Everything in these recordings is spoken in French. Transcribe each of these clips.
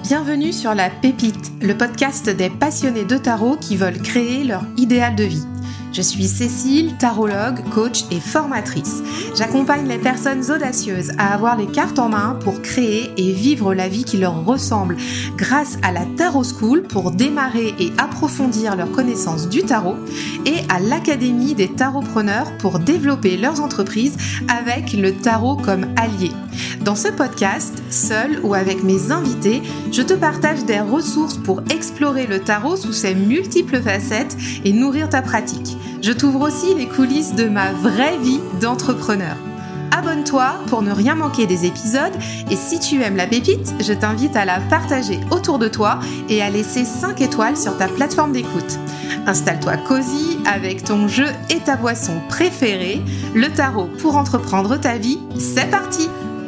Bienvenue sur La Pépite, le podcast des passionnés de tarot qui veulent créer leur idéal de vie. Je suis Cécile, tarologue, coach et formatrice. J'accompagne les personnes audacieuses à avoir les cartes en main pour créer et vivre la vie qui leur ressemble grâce à la Tarot School pour démarrer et approfondir leurs connaissances du tarot et à l'Académie des Tarotpreneurs pour développer leurs entreprises avec le tarot comme allié. Dans ce podcast, seul ou avec mes invités, je te partage des ressources pour explorer le tarot sous ses multiples facettes et nourrir ta pratique. Je t'ouvre aussi les coulisses de ma vraie vie d'entrepreneur. Abonne-toi pour ne rien manquer des épisodes et si tu aimes la pépite, je t'invite à la partager autour de toi et à laisser 5 étoiles sur ta plateforme d'écoute. Installe-toi cosy avec ton jeu et ta boisson préférée. Le tarot pour entreprendre ta vie, c'est parti!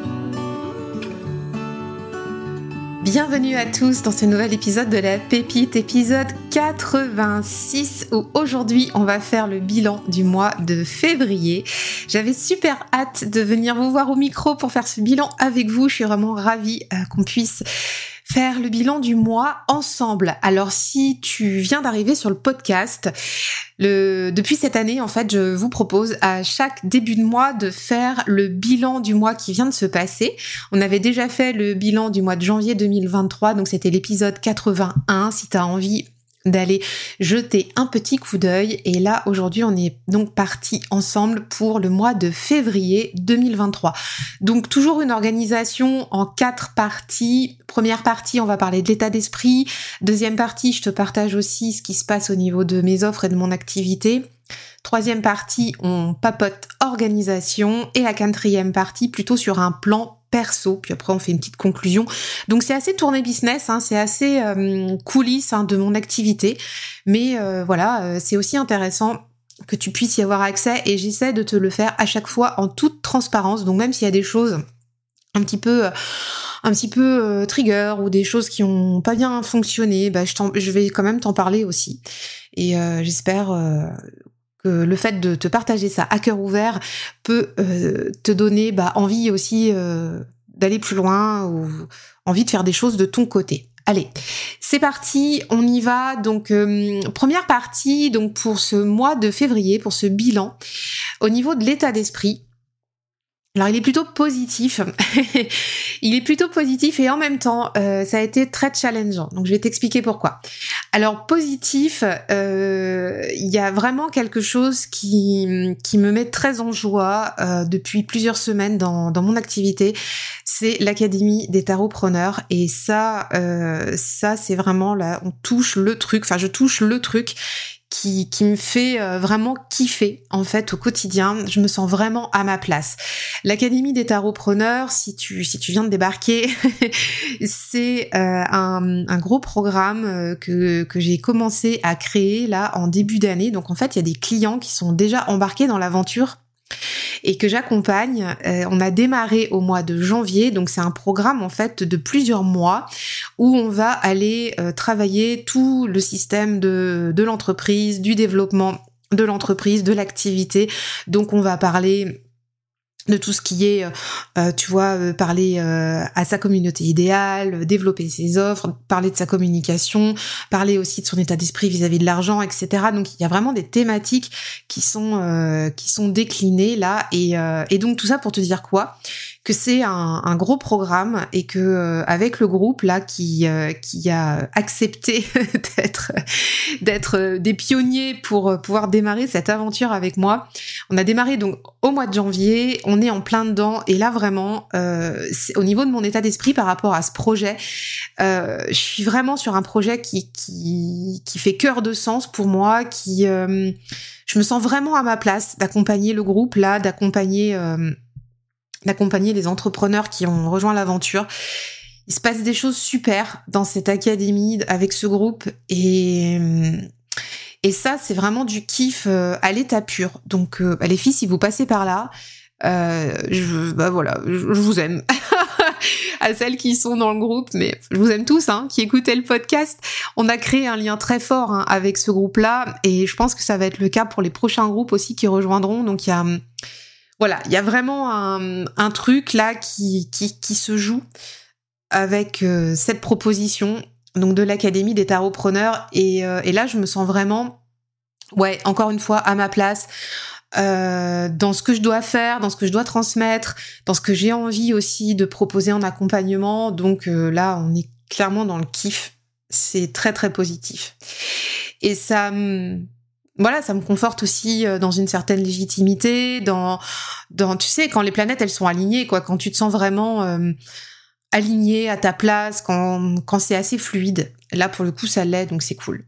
Bienvenue à tous dans ce nouvel épisode de La Pépite, épisode 86, où aujourd'hui on va faire le bilan du mois de février. J'avais super hâte de venir vous voir au micro pour faire ce bilan avec vous. Je suis vraiment ravie qu'on puisse faire le bilan du mois ensemble. Alors si tu viens d'arriver sur le podcast, depuis cette année, en fait, je vous propose à chaque début de mois de faire le bilan du mois qui vient de se passer. On avait déjà fait le bilan du mois de janvier 2023, donc c'était l'épisode 81. Si tu as envie d'aller jeter un petit coup d'œil. Et là, aujourd'hui, on est donc parti ensemble pour le mois de février 2023. Donc, toujours une organisation en 4 parties. Première partie, on va parler de l'état d'esprit. Deuxième partie, je te partage aussi ce qui se passe au niveau de mes offres et de mon activité. Troisième partie, on papote organisation. Et la quatrième partie, plutôt sur un plan perso, puis après on fait une petite conclusion. Donc c'est assez tourné business, c'est assez coulisses de mon activité, mais voilà, c'est aussi intéressant que tu puisses y avoir accès et j'essaie de te le faire à chaque fois en toute transparence. Donc même s'il y a des choses un petit peu trigger ou des choses qui ont pas bien fonctionné, je vais quand même t'en parler aussi. Et j'espère que le fait de te partager ça à cœur ouvert peut te donner envie aussi d'aller plus loin ou envie de faire des choses de ton côté. Allez, c'est parti, on y va. Donc première partie donc pour ce mois de février, pour ce bilan au niveau de l'état d'esprit. Alors il est plutôt positif, il est plutôt positif et en même temps ça a été très challengeant, donc je vais t'expliquer pourquoi. Alors positif, il y a vraiment quelque chose qui me met très en joie depuis plusieurs semaines dans mon activité, c'est l'Académie des Tarotpreneurs et ça c'est vraiment là, on touche le truc, je touche le truc qui me fait vraiment kiffer en fait au quotidien. Je me sens vraiment à ma place. L'Académie des Tarotpreneurs, si tu viens de débarquer, c'est un gros programme que j'ai commencé à créer là en début d'année. Donc en fait, il y a des clients qui sont déjà embarqués dans l'aventure et que j'accompagne. On a démarré au mois de janvier, donc c'est un programme en fait de plusieurs mois où on va aller travailler tout le système de l'entreprise, du développement de l'entreprise, de l'activité. Donc on va parler de tout ce qui est, parler à sa communauté idéale, développer ses offres, parler de sa communication, parler aussi de son état d'esprit vis-à-vis de l'argent, etc. Donc il y a vraiment des thématiques qui sont déclinées là, et donc tout ça pour te dire quoi ? Que c'est un gros programme et que avec le groupe là qui a accepté d'être des pionniers pour pouvoir démarrer cette aventure avec moi. On a démarré donc au mois de janvier, on est en plein dedans et là vraiment au niveau de mon état d'esprit par rapport à ce projet, je suis vraiment sur un projet qui fait cœur de sens pour moi, je me sens vraiment à ma place d'accompagner le groupe là, d'accompagner les entrepreneurs qui ont rejoint l'aventure. Il se passe des choses super dans cette académie avec ce groupe et ça c'est vraiment du kiff à l'état pur. Donc les filles, si vous passez par là, je vous aime. À celles qui sont dans le groupe, mais je vous aime tous, qui écoutez le podcast. On a créé un lien très fort avec ce groupe-là et je pense que ça va être le cas pour les prochains groupes aussi qui rejoindront. Donc il y a vraiment un truc là qui se joue avec cette proposition donc de l'Académie des Tarotpreneurs et là je me sens vraiment encore une fois à ma place dans ce que je dois faire, dans ce que je dois transmettre, dans ce que j'ai envie aussi de proposer en accompagnement. Donc là on est clairement dans le kiff, c'est très très positif et ça me conforte aussi dans une certaine légitimité, dans tu sais quand les planètes elles sont alignées quoi, quand tu te sens vraiment aligné à ta place, quand c'est assez fluide. Là pour le coup ça l'est, donc c'est cool.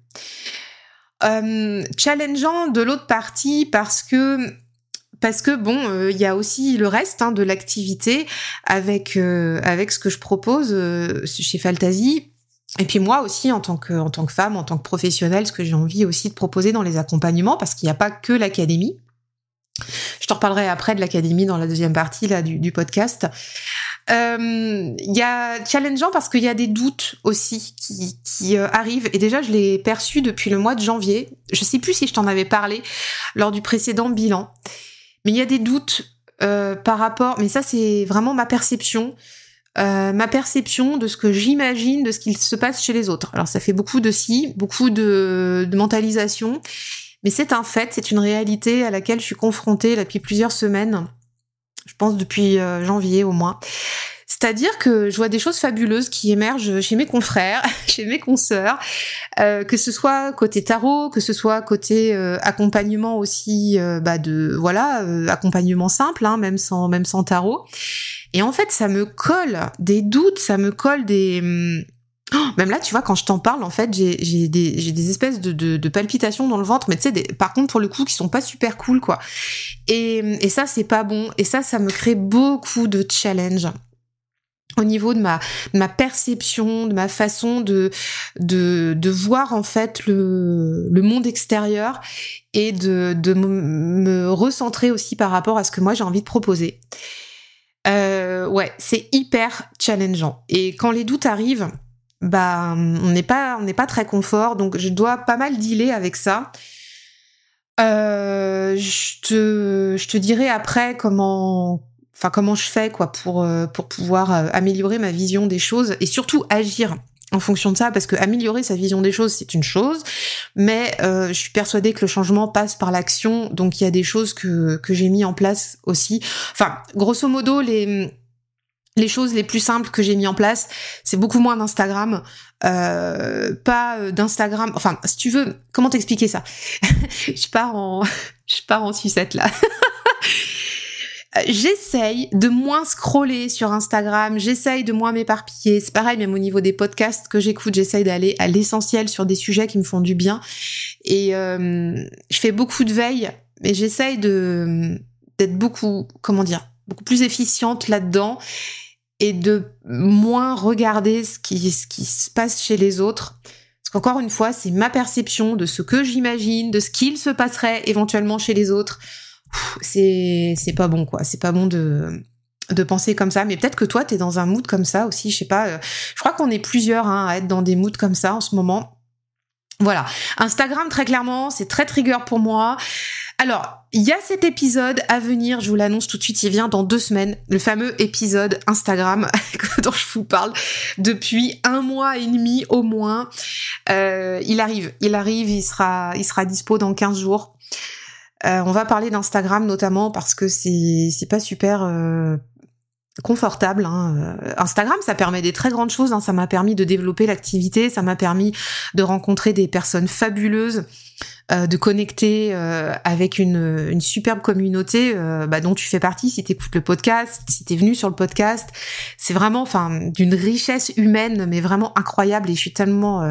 Challengeant de l'autre partie parce que bon, il y a aussi le reste de l'activité avec ce que je propose chez Faltasy. Et puis moi aussi, en tant que femme, en tant que professionnelle, ce que j'ai envie aussi de proposer dans les accompagnements, parce qu'il n'y a pas que l'académie. Je te reparlerai après de l'académie dans la deuxième partie là du podcast. Il y a challengeant parce qu'il y a des doutes aussi qui arrivent. Et déjà, je l'ai perçu depuis le mois de janvier. Je sais plus si je t'en avais parlé lors du précédent bilan. Mais il y a des doutes par rapport... Mais ça, c'est vraiment ma perception de ce que j'imagine de ce qu'il se passe chez les autres. Alors ça fait beaucoup de mentalisation, mais c'est un fait, c'est une réalité à laquelle je suis confrontée là, depuis plusieurs semaines, je pense depuis janvier au moins. C'est-à-dire que je vois des choses fabuleuses qui émergent chez mes confrères, chez mes consoeurs, que ce soit côté tarot, que ce soit côté accompagnement aussi, accompagnement simple, même sans tarot. Et en fait, ça me colle des doutes, ça me colle des... même là, tu vois, quand je t'en parle, en fait, j'ai des espèces de palpitations dans le ventre, mais tu sais, par contre, pour le coup, qui sont pas super cool, quoi. Et ça, c'est pas bon. Et ça me crée beaucoup de challenge au niveau de ma perception, de ma façon de voir, en fait, le monde extérieur et de me recentrer aussi par rapport à ce que moi, j'ai envie de proposer. C'est hyper challengeant. Et quand les doutes arrivent, on n'est pas très confort, donc je dois pas mal dealer avec ça. Je te dirai après comment je fais quoi pour pouvoir améliorer ma vision des choses et surtout agir en fonction de ça, parce que améliorer sa vision des choses, c'est une chose, mais je suis persuadée que le changement passe par l'action, donc il y a des choses que j'ai mis en place aussi. Enfin, grosso modo, les choses les plus simples que j'ai mis en place, c'est beaucoup moins d'Instagram, pas d'Instagram. Enfin, si tu veux, comment t'expliquer ça? Je pars en sucette là. J'essaye de moins scroller sur Instagram, j'essaye de moins m'éparpiller. C'est pareil, même au niveau des podcasts que j'écoute, j'essaye d'aller à l'essentiel sur des sujets qui me font du bien. Et je fais beaucoup de veille, mais j'essaye d'être beaucoup plus efficiente là-dedans et de moins regarder ce qui se passe chez les autres. Parce qu'encore une fois, c'est ma perception de ce que j'imagine, de ce qu'il se passerait éventuellement chez les autres. C'est pas bon, quoi. C'est pas bon de penser comme ça. Mais peut-être que toi, t'es dans un mood comme ça aussi. Je sais pas. Je crois qu'on est plusieurs à être dans des moods comme ça en ce moment. Voilà. Instagram, très clairement, c'est très trigger pour moi. Alors, il y a cet épisode à venir, je vous l'annonce tout de suite, il vient dans 2 semaines, le fameux épisode Instagram dont je vous parle depuis 1 mois et demi au moins. Il arrive, il sera dispo dans 15 jours. On va parler d'Instagram notamment parce que c'est pas super confortable. Instagram, ça permet des très grandes choses. Ça m'a permis de développer l'activité, ça m'a permis de rencontrer des personnes fabuleuses, de connecter avec une superbe communauté dont tu fais partie si t'écoutes le podcast, si t'es venu sur le podcast. C'est vraiment, d'une richesse humaine, mais vraiment incroyable. Et je suis tellement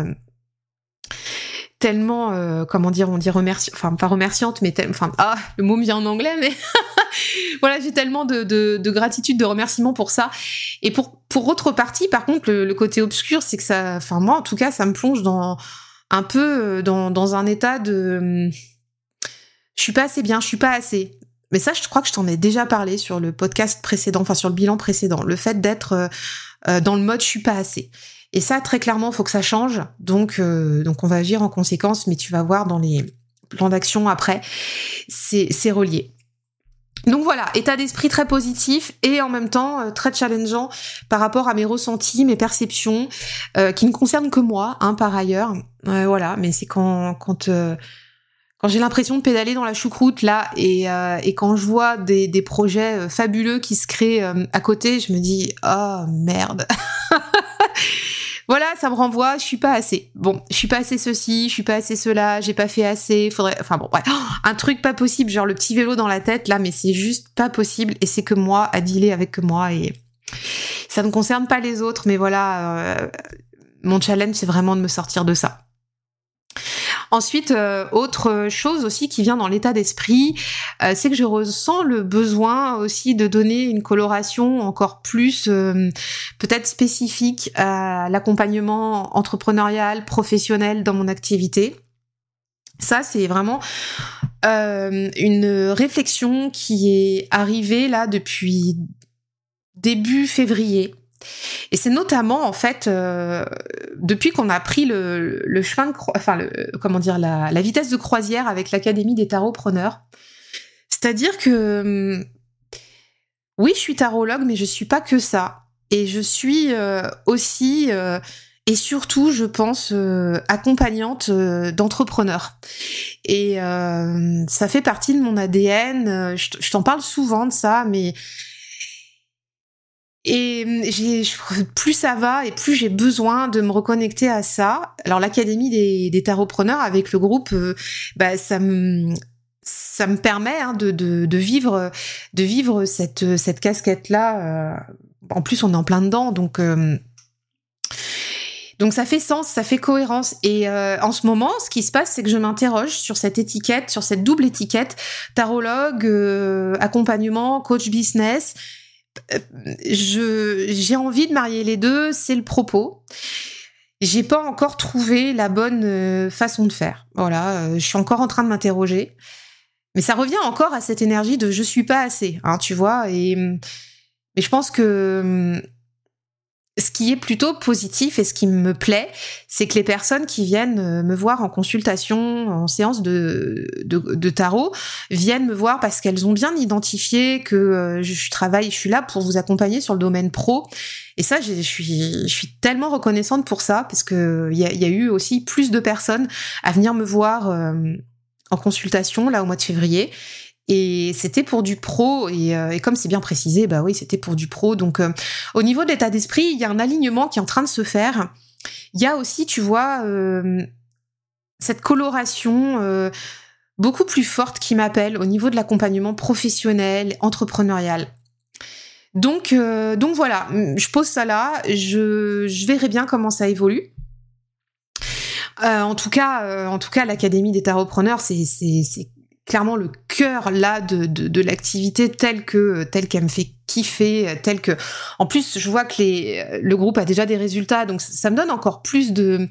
on dit pas remerciante, mais le mot me vient en anglais, mais voilà, j'ai tellement de gratitude, de remerciement pour ça. Et pour autre partie, par contre, le côté obscur, c'est que ça, moi en tout cas, ça me plonge dans un état de je suis pas assez bien, je suis pas assez. Mais ça, je crois que je t'en ai déjà parlé sur le podcast précédent, sur le bilan précédent, le fait d'être dans le mode je suis pas assez. Et ça, très clairement, faut que ça change. Donc on va agir en conséquence, mais tu vas voir dans les plans d'action après, c'est relié. Donc voilà, état d'esprit très positif et en même temps très challengeant par rapport à mes ressentis, mes perceptions, qui ne concernent que moi, par ailleurs. Voilà, mais c'est quand j'ai l'impression de pédaler dans la choucroute là et quand je vois des projets fabuleux qui se créent à côté, je me dis oh merde. Voilà, ça me renvoie, je suis pas assez. Bon, je suis pas assez ceci, je suis pas assez cela, j'ai pas fait assez, enfin bon, ouais. Un truc pas possible, genre le petit vélo dans la tête là, mais c'est juste pas possible et c'est que moi à dealer avec moi et ça ne concerne pas les autres, mais voilà, mon challenge c'est vraiment de me sortir de ça. Ensuite, autre chose aussi qui vient dans l'état d'esprit, c'est que je ressens le besoin aussi de donner une coloration encore plus peut-être spécifique à l'accompagnement entrepreneurial, professionnel dans mon activité. Ça, c'est vraiment une réflexion qui est arrivée là depuis début février. Et c'est notamment en fait depuis qu'on a pris le chemin de la vitesse de croisière avec l'Académie des Tarotpreneurs. C'est-à-dire que oui, je suis tarologue, mais je suis pas que ça. Et je suis aussi et surtout, je pense, accompagnante d'entrepreneurs. Et ça fait partie de mon ADN. Je t'en parle souvent de ça, mais plus ça va et plus j'ai besoin de me reconnecter à ça. Alors l'Académie des Tarotpreneurs avec le groupe, ça me permet de vivre cette casquette là. En plus on est en plein dedans, donc ça fait sens, ça fait cohérence. Et en ce moment, ce qui se passe, c'est que je m'interroge sur cette étiquette, sur cette double étiquette, tarologue, accompagnement, coach business. J'ai envie de marier les deux, c'est le propos. J'ai pas encore trouvé la bonne façon de faire. Voilà, je suis encore en train de m'interroger. Mais ça revient encore à cette énergie de je suis pas assez, tu vois. Mais je pense que ce qui est plutôt positif et ce qui me plaît, c'est que les personnes qui viennent me voir en consultation, en séance de tarot, viennent me voir parce qu'elles ont bien identifié que je suis là pour vous accompagner sur le domaine pro. Et ça, je suis tellement reconnaissante pour ça parce que il y a eu aussi plus de personnes à venir me voir en consultation là au mois de février. Et c'était pour du pro, et comme c'est bien précisé, bah oui, c'était pour du pro. Donc, au niveau de l'état d'esprit, il y a un alignement qui est en train de se faire. Il y a aussi, tu vois, cette coloration beaucoup plus forte qui m'appelle au niveau de l'accompagnement professionnel, entrepreneurial. Donc voilà, je pose ça là, je verrai bien comment ça évolue. En tout cas, l'Académie des Tarotpreneurs, c'est clairement le cœur là de l'activité telle qu'elle me fait kiffer, telle que en plus je vois que le groupe a déjà des résultats, donc ça me donne encore plus de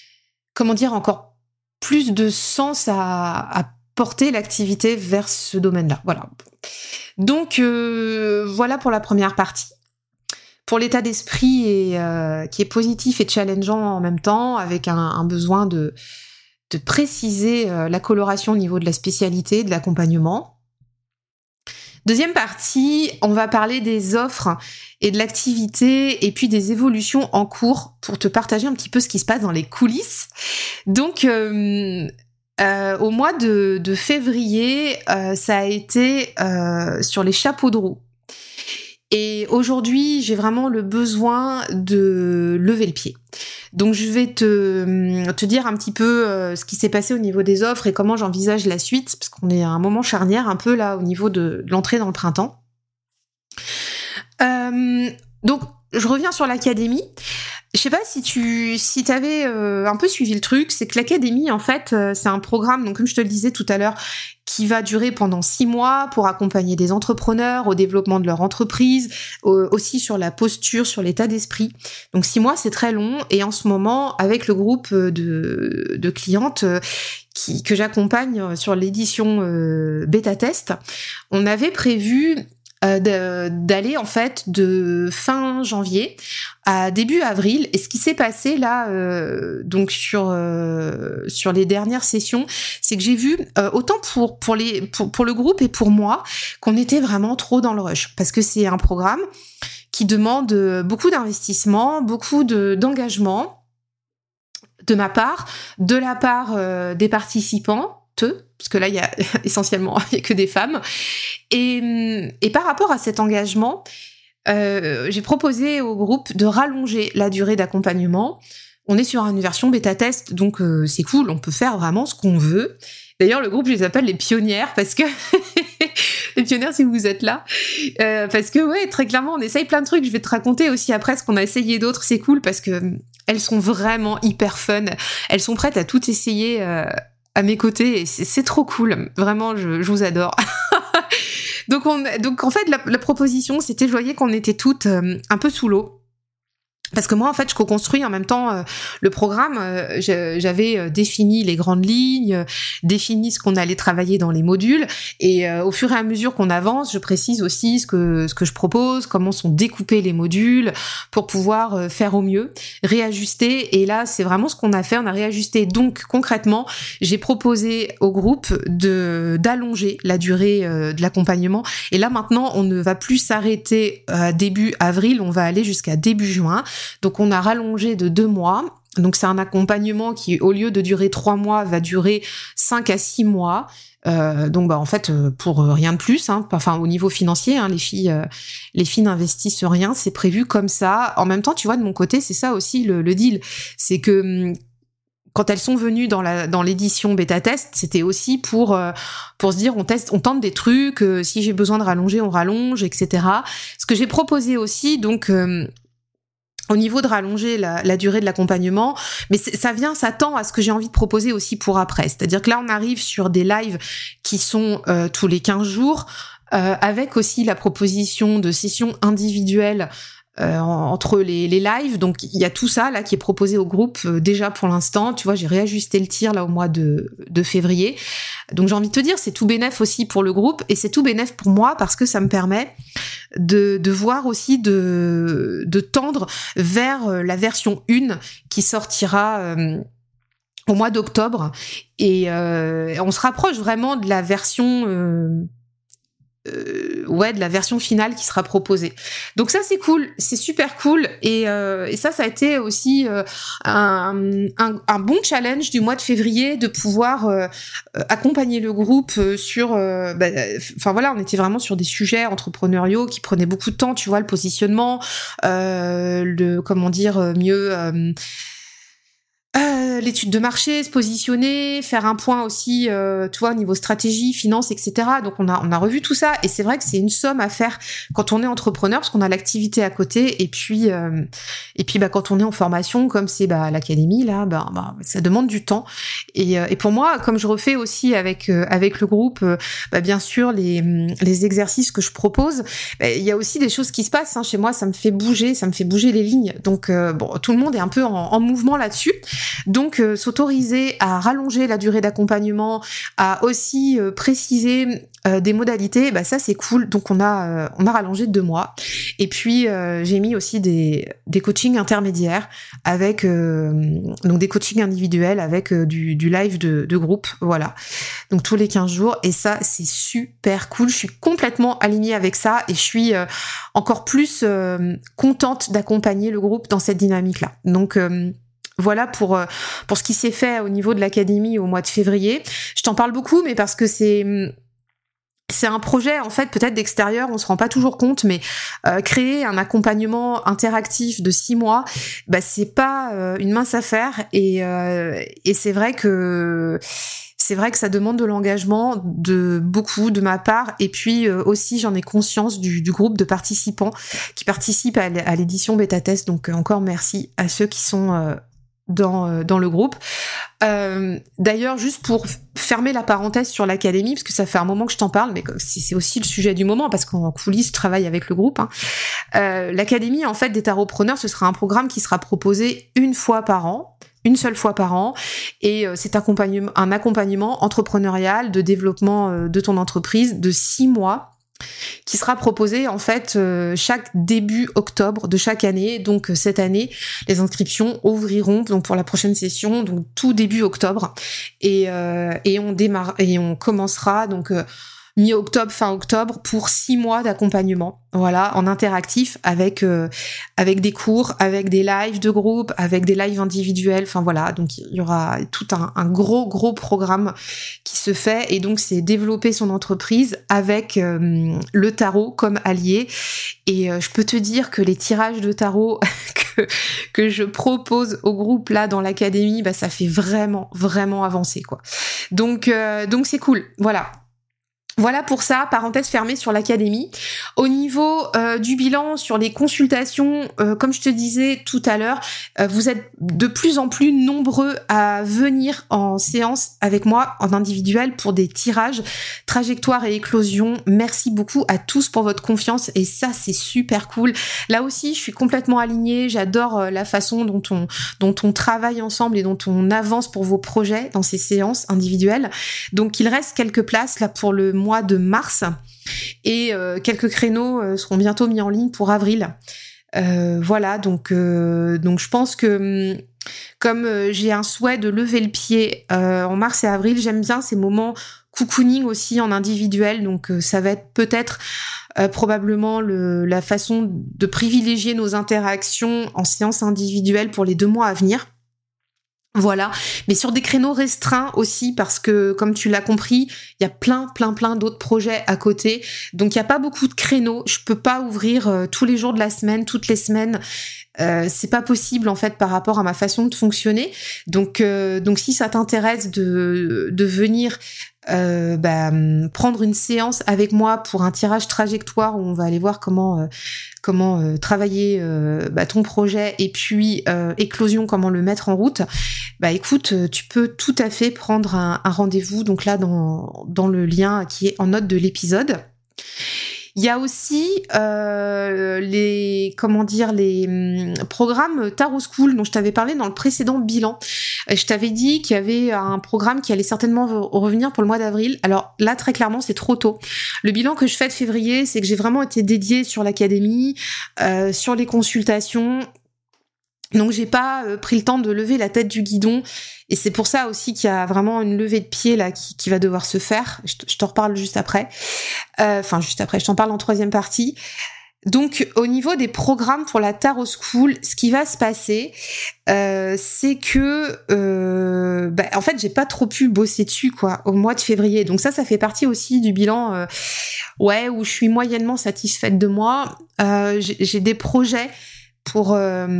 sens à porter l'activité vers ce domaine-là. Voilà. Donc voilà pour la première partie. Pour l'état d'esprit qui est positif et challengeant en même temps, avec un besoin de préciser la coloration au niveau de la spécialité, de l'accompagnement. Deuxième partie, on va parler des offres et de l'activité et puis des évolutions en cours pour te partager un petit peu ce qui se passe dans les coulisses. Donc, au mois de février, ça a été sur les chapeaux de roue. Et aujourd'hui, j'ai vraiment le besoin de lever le pied. Donc je vais te dire un petit peu ce qui s'est passé au niveau des offres et comment j'envisage la suite, parce qu'on est à un moment charnière un peu là au niveau de l'entrée dans le printemps. Donc je reviens sur l'académie. Je sais pas si t'avais un peu suivi le truc, c'est que l'académie en fait c'est un programme, donc comme je te le disais tout à l'heure, qui va durer pendant 6 mois pour accompagner des entrepreneurs au développement de leur entreprise, aussi sur la posture, sur l'état d'esprit. Donc 6 mois c'est très long, et en ce moment avec le groupe de clientes que j'accompagne sur l'édition bêta test, on avait prévu d'aller en fait de fin janvier à début avril. Et ce qui s'est passé là, donc sur les dernières sessions, c'est que j'ai vu autant pour le groupe et pour moi qu'on était vraiment trop dans le rush, parce que c'est un programme qui demande beaucoup d'investissement, beaucoup d'engagement de ma part, de la part des participants, parce que là, il y a essentiellement il y a que des femmes. Et par rapport à cet engagement, j'ai proposé au groupe de rallonger la durée d'accompagnement. On est sur une version bêta-test, donc c'est cool, on peut faire vraiment ce qu'on veut. D'ailleurs, le groupe, je les appelle les pionnières, parce que... les pionnières, si vous êtes là. Parce que, ouais, très clairement, on essaye plein de trucs. Je vais te raconter aussi après ce qu'on a essayé d'autres. C'est cool, parce que elles sont vraiment hyper fun. Elles sont prêtes à tout essayer à mes côtés, et c'est trop cool. Vraiment, je vous adore. Donc en fait, la proposition, c'était, je voyais qu'on était toutes un peu sous l'eau. Parce que moi, en fait, je co-construis en même temps le programme. J'avais défini les grandes lignes, défini ce qu'on allait travailler dans les modules. Et au fur et à mesure qu'on avance, je précise aussi ce que je propose, comment sont découpés les modules pour pouvoir faire au mieux, réajuster. Et là, c'est vraiment ce qu'on a fait. On a réajusté. Donc, concrètement, j'ai proposé au groupe d'allonger la durée de l'accompagnement. Et là, maintenant, on ne va plus s'arrêter à début avril. On va aller jusqu'à début juin. Donc on a rallongé de 2 mois. Donc c'est un accompagnement qui, au lieu de durer 3 mois, va durer 5 à 6 mois. Donc en fait, pour rien de plus, hein. Enfin au niveau financier, hein, les filles n'investissent rien, c'est prévu comme ça. En même temps, tu vois, de mon côté, c'est ça aussi le deal, c'est que quand elles sont venues dans l'édition bêta-test, c'était aussi pour se dire on tente des trucs, si j'ai besoin de rallonger, on rallonge, etc. Ce que j'ai proposé aussi, donc au niveau de rallonger la durée de l'accompagnement, mais ça tend à ce que j'ai envie de proposer aussi pour après. C'est-à-dire que là, on arrive sur des lives qui sont tous les 15 jours, avec aussi la proposition de sessions individuelles entre les lives. Donc, il y a tout ça là qui est proposé au groupe déjà pour l'instant. Tu vois, j'ai réajusté le tir là au mois de février. Donc, j'ai envie de te dire, c'est tout bénef aussi pour le groupe et c'est tout bénef pour moi parce que ça me permet de voir aussi de tendre vers la version 1 qui sortira au mois d'octobre et on se rapproche vraiment de la version de la version finale qui sera proposée. Donc ça c'est cool, c'est super cool et ça a été aussi un bon challenge du mois de février de pouvoir accompagner le groupe sur enfin voilà, on était vraiment sur des sujets entrepreneuriaux qui prenaient beaucoup de temps, tu vois, le positionnement, l'étude de marché, se positionner, faire un point aussi, tu vois, au niveau stratégie, finance, etc. Donc on a revu tout ça et c'est vrai que c'est une somme à faire quand on est entrepreneur parce qu'on a l'activité à côté et puis quand on est en formation comme c'est l'académie là, ça demande du temps et pour moi comme je refais aussi avec le groupe, bien sûr les exercices que je propose, il y a aussi des choses qui se passent chez moi, ça me fait bouger les lignes. Donc tout le monde est un peu en mouvement là-dessus. Donc s'autoriser à rallonger la durée d'accompagnement, à aussi préciser des modalités, ça c'est cool. Donc on a rallongé de 2 mois. Et puis j'ai mis aussi des coachings intermédiaires avec donc des coachings individuels avec du live de groupe, voilà. Donc tous les 15 jours et ça c'est super cool. Je suis complètement alignée avec ça et je suis encore plus contente d'accompagner le groupe dans cette dynamique-là. Donc voilà pour ce qui s'est fait au niveau de l'académie au mois de février. Je t'en parle beaucoup, mais parce que c'est un projet, en fait, peut-être d'extérieur, on se rend pas toujours compte, mais créer un accompagnement interactif de 6 mois, c'est pas une mince affaire et c'est vrai que ça demande de l'engagement de beaucoup de ma part et puis aussi j'en ai conscience du groupe de participants qui participent à l'édition bêta-test, donc encore merci à ceux qui sont dans le groupe. D'ailleurs, juste pour fermer la parenthèse sur l'académie, parce que ça fait un moment que je t'en parle, mais c'est aussi le sujet du moment, parce qu'en coulisses, je travaille avec le groupe. L'académie, en fait, des tarotpreneurs, ce sera un programme qui sera proposé une seule fois par an, et c'est un accompagnement entrepreneurial de développement de ton entreprise de 6 mois, qui sera proposé en fait chaque début octobre de chaque année. Donc cette année, les inscriptions ouvriront donc pour la prochaine session, donc tout début octobre, et on commencera donc mi-octobre, fin octobre, pour 6 mois d'accompagnement, voilà, en interactif avec des cours, avec des lives de groupe, avec des lives individuels, enfin voilà, donc il y aura tout un gros programme qui se fait, et donc c'est développer son entreprise avec le tarot comme allié, et je peux te dire que les tirages de tarot que je propose au groupe là dans l'académie, bah ça fait vraiment avancer quoi. Donc c'est cool, voilà. Voilà pour ça, parenthèse fermée sur l'académie. Au niveau du bilan, sur les consultations, comme je te disais tout à l'heure, vous êtes de plus en plus nombreux à venir en séance avec moi, en individuel, pour des tirages, trajectoires et éclosions. Merci beaucoup à tous pour votre confiance, et ça, c'est super cool. Là aussi, je suis complètement alignée. J'adore la façon dont on travaille ensemble et dont on avance pour vos projets dans ces séances individuelles. Donc, il reste quelques places là pour le mois de mars, et quelques créneaux seront bientôt mis en ligne pour avril. Voilà, donc je pense que comme j'ai un souhait de lever le pied en mars et avril, j'aime bien ces moments cocooning aussi en individuel, donc ça va être peut-être probablement la façon de privilégier nos interactions en séance individuelle pour les 2 mois à venir. Voilà, mais sur des créneaux restreints aussi, parce que comme tu l'as compris, il y a plein d'autres projets à côté, donc il y a pas beaucoup de créneaux. Je peux pas ouvrir tous les jours de la semaine, toutes les semaines. C'est pas possible en fait par rapport à ma façon de fonctionner. Donc si ça t'intéresse de venir prendre une séance avec moi pour un tirage trajectoire où on va aller voir comment travailler ton projet, et puis éclosion, comment le mettre en route, écoute, tu peux tout à fait prendre un rendez-vous, donc là dans le lien qui est en note de l'épisode. Il y a aussi les programmes Tarot School dont je t'avais parlé dans le précédent bilan. Je t'avais dit qu'il y avait un programme qui allait certainement revenir pour le mois d'avril. Alors là, très clairement, c'est trop tôt. Le bilan que je fais de février, c'est que j'ai vraiment été dédiée sur l'académie, sur les consultations. Donc j'ai pas pris le temps de lever la tête du guidon, et c'est pour ça aussi qu'il y a vraiment une levée de pied là qui va devoir se faire. Je t'en reparle juste après. Je t'en parle en 3e partie. Donc au niveau des programmes pour la Tarot School, ce qui va se passer, c'est que en fait j'ai pas trop pu bosser dessus quoi au mois de février. Donc ça fait partie aussi du bilan où je suis moyennement satisfaite de moi. J'ai des projets pour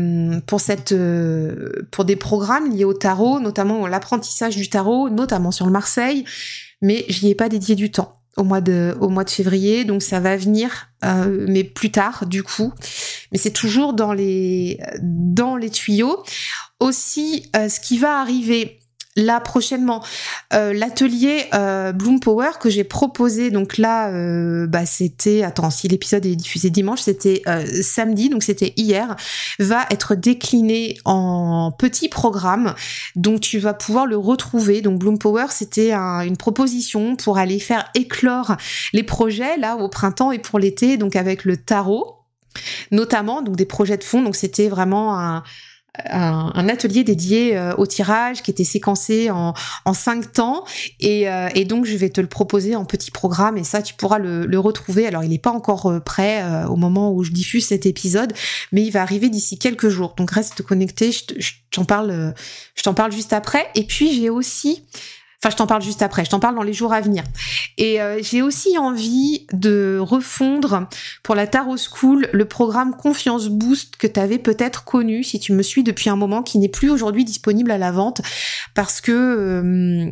des programmes liés au tarot, notamment l'apprentissage du tarot, notamment sur le Marseille, mais j'y ai pas dédié du temps au mois de février, donc ça va venir, mais plus tard du coup. Mais c'est toujours dans les tuyaux. Aussi, ce qui va arriver là prochainement, l'atelier Bloom Power que j'ai proposé, donc là c'était, si l'épisode est diffusé dimanche, c'était samedi, donc c'était hier, va être décliné en petits programmes, donc tu vas pouvoir le retrouver. Donc Bloom Power, c'était une proposition pour aller faire éclore les projets là au printemps et pour l'été, donc avec le tarot notamment, donc des projets de fond. Donc c'était vraiment un atelier dédié au tirage qui était séquencé en 5 temps, et donc je vais te le proposer en petit programme, et ça tu pourras le retrouver. Alors il n'est pas encore prêt au moment où je diffuse cet épisode, mais il va arriver d'ici quelques jours, donc reste connecté. Je t'en parle juste après. Et puis j'ai aussi je t'en parle juste après, je t'en parle dans les jours à venir. Et j'ai aussi envie de refondre pour la Tarot School le programme Confiance Boost que tu avais peut-être connu si tu me suis depuis un moment, qui n'est plus aujourd'hui disponible à la vente parce que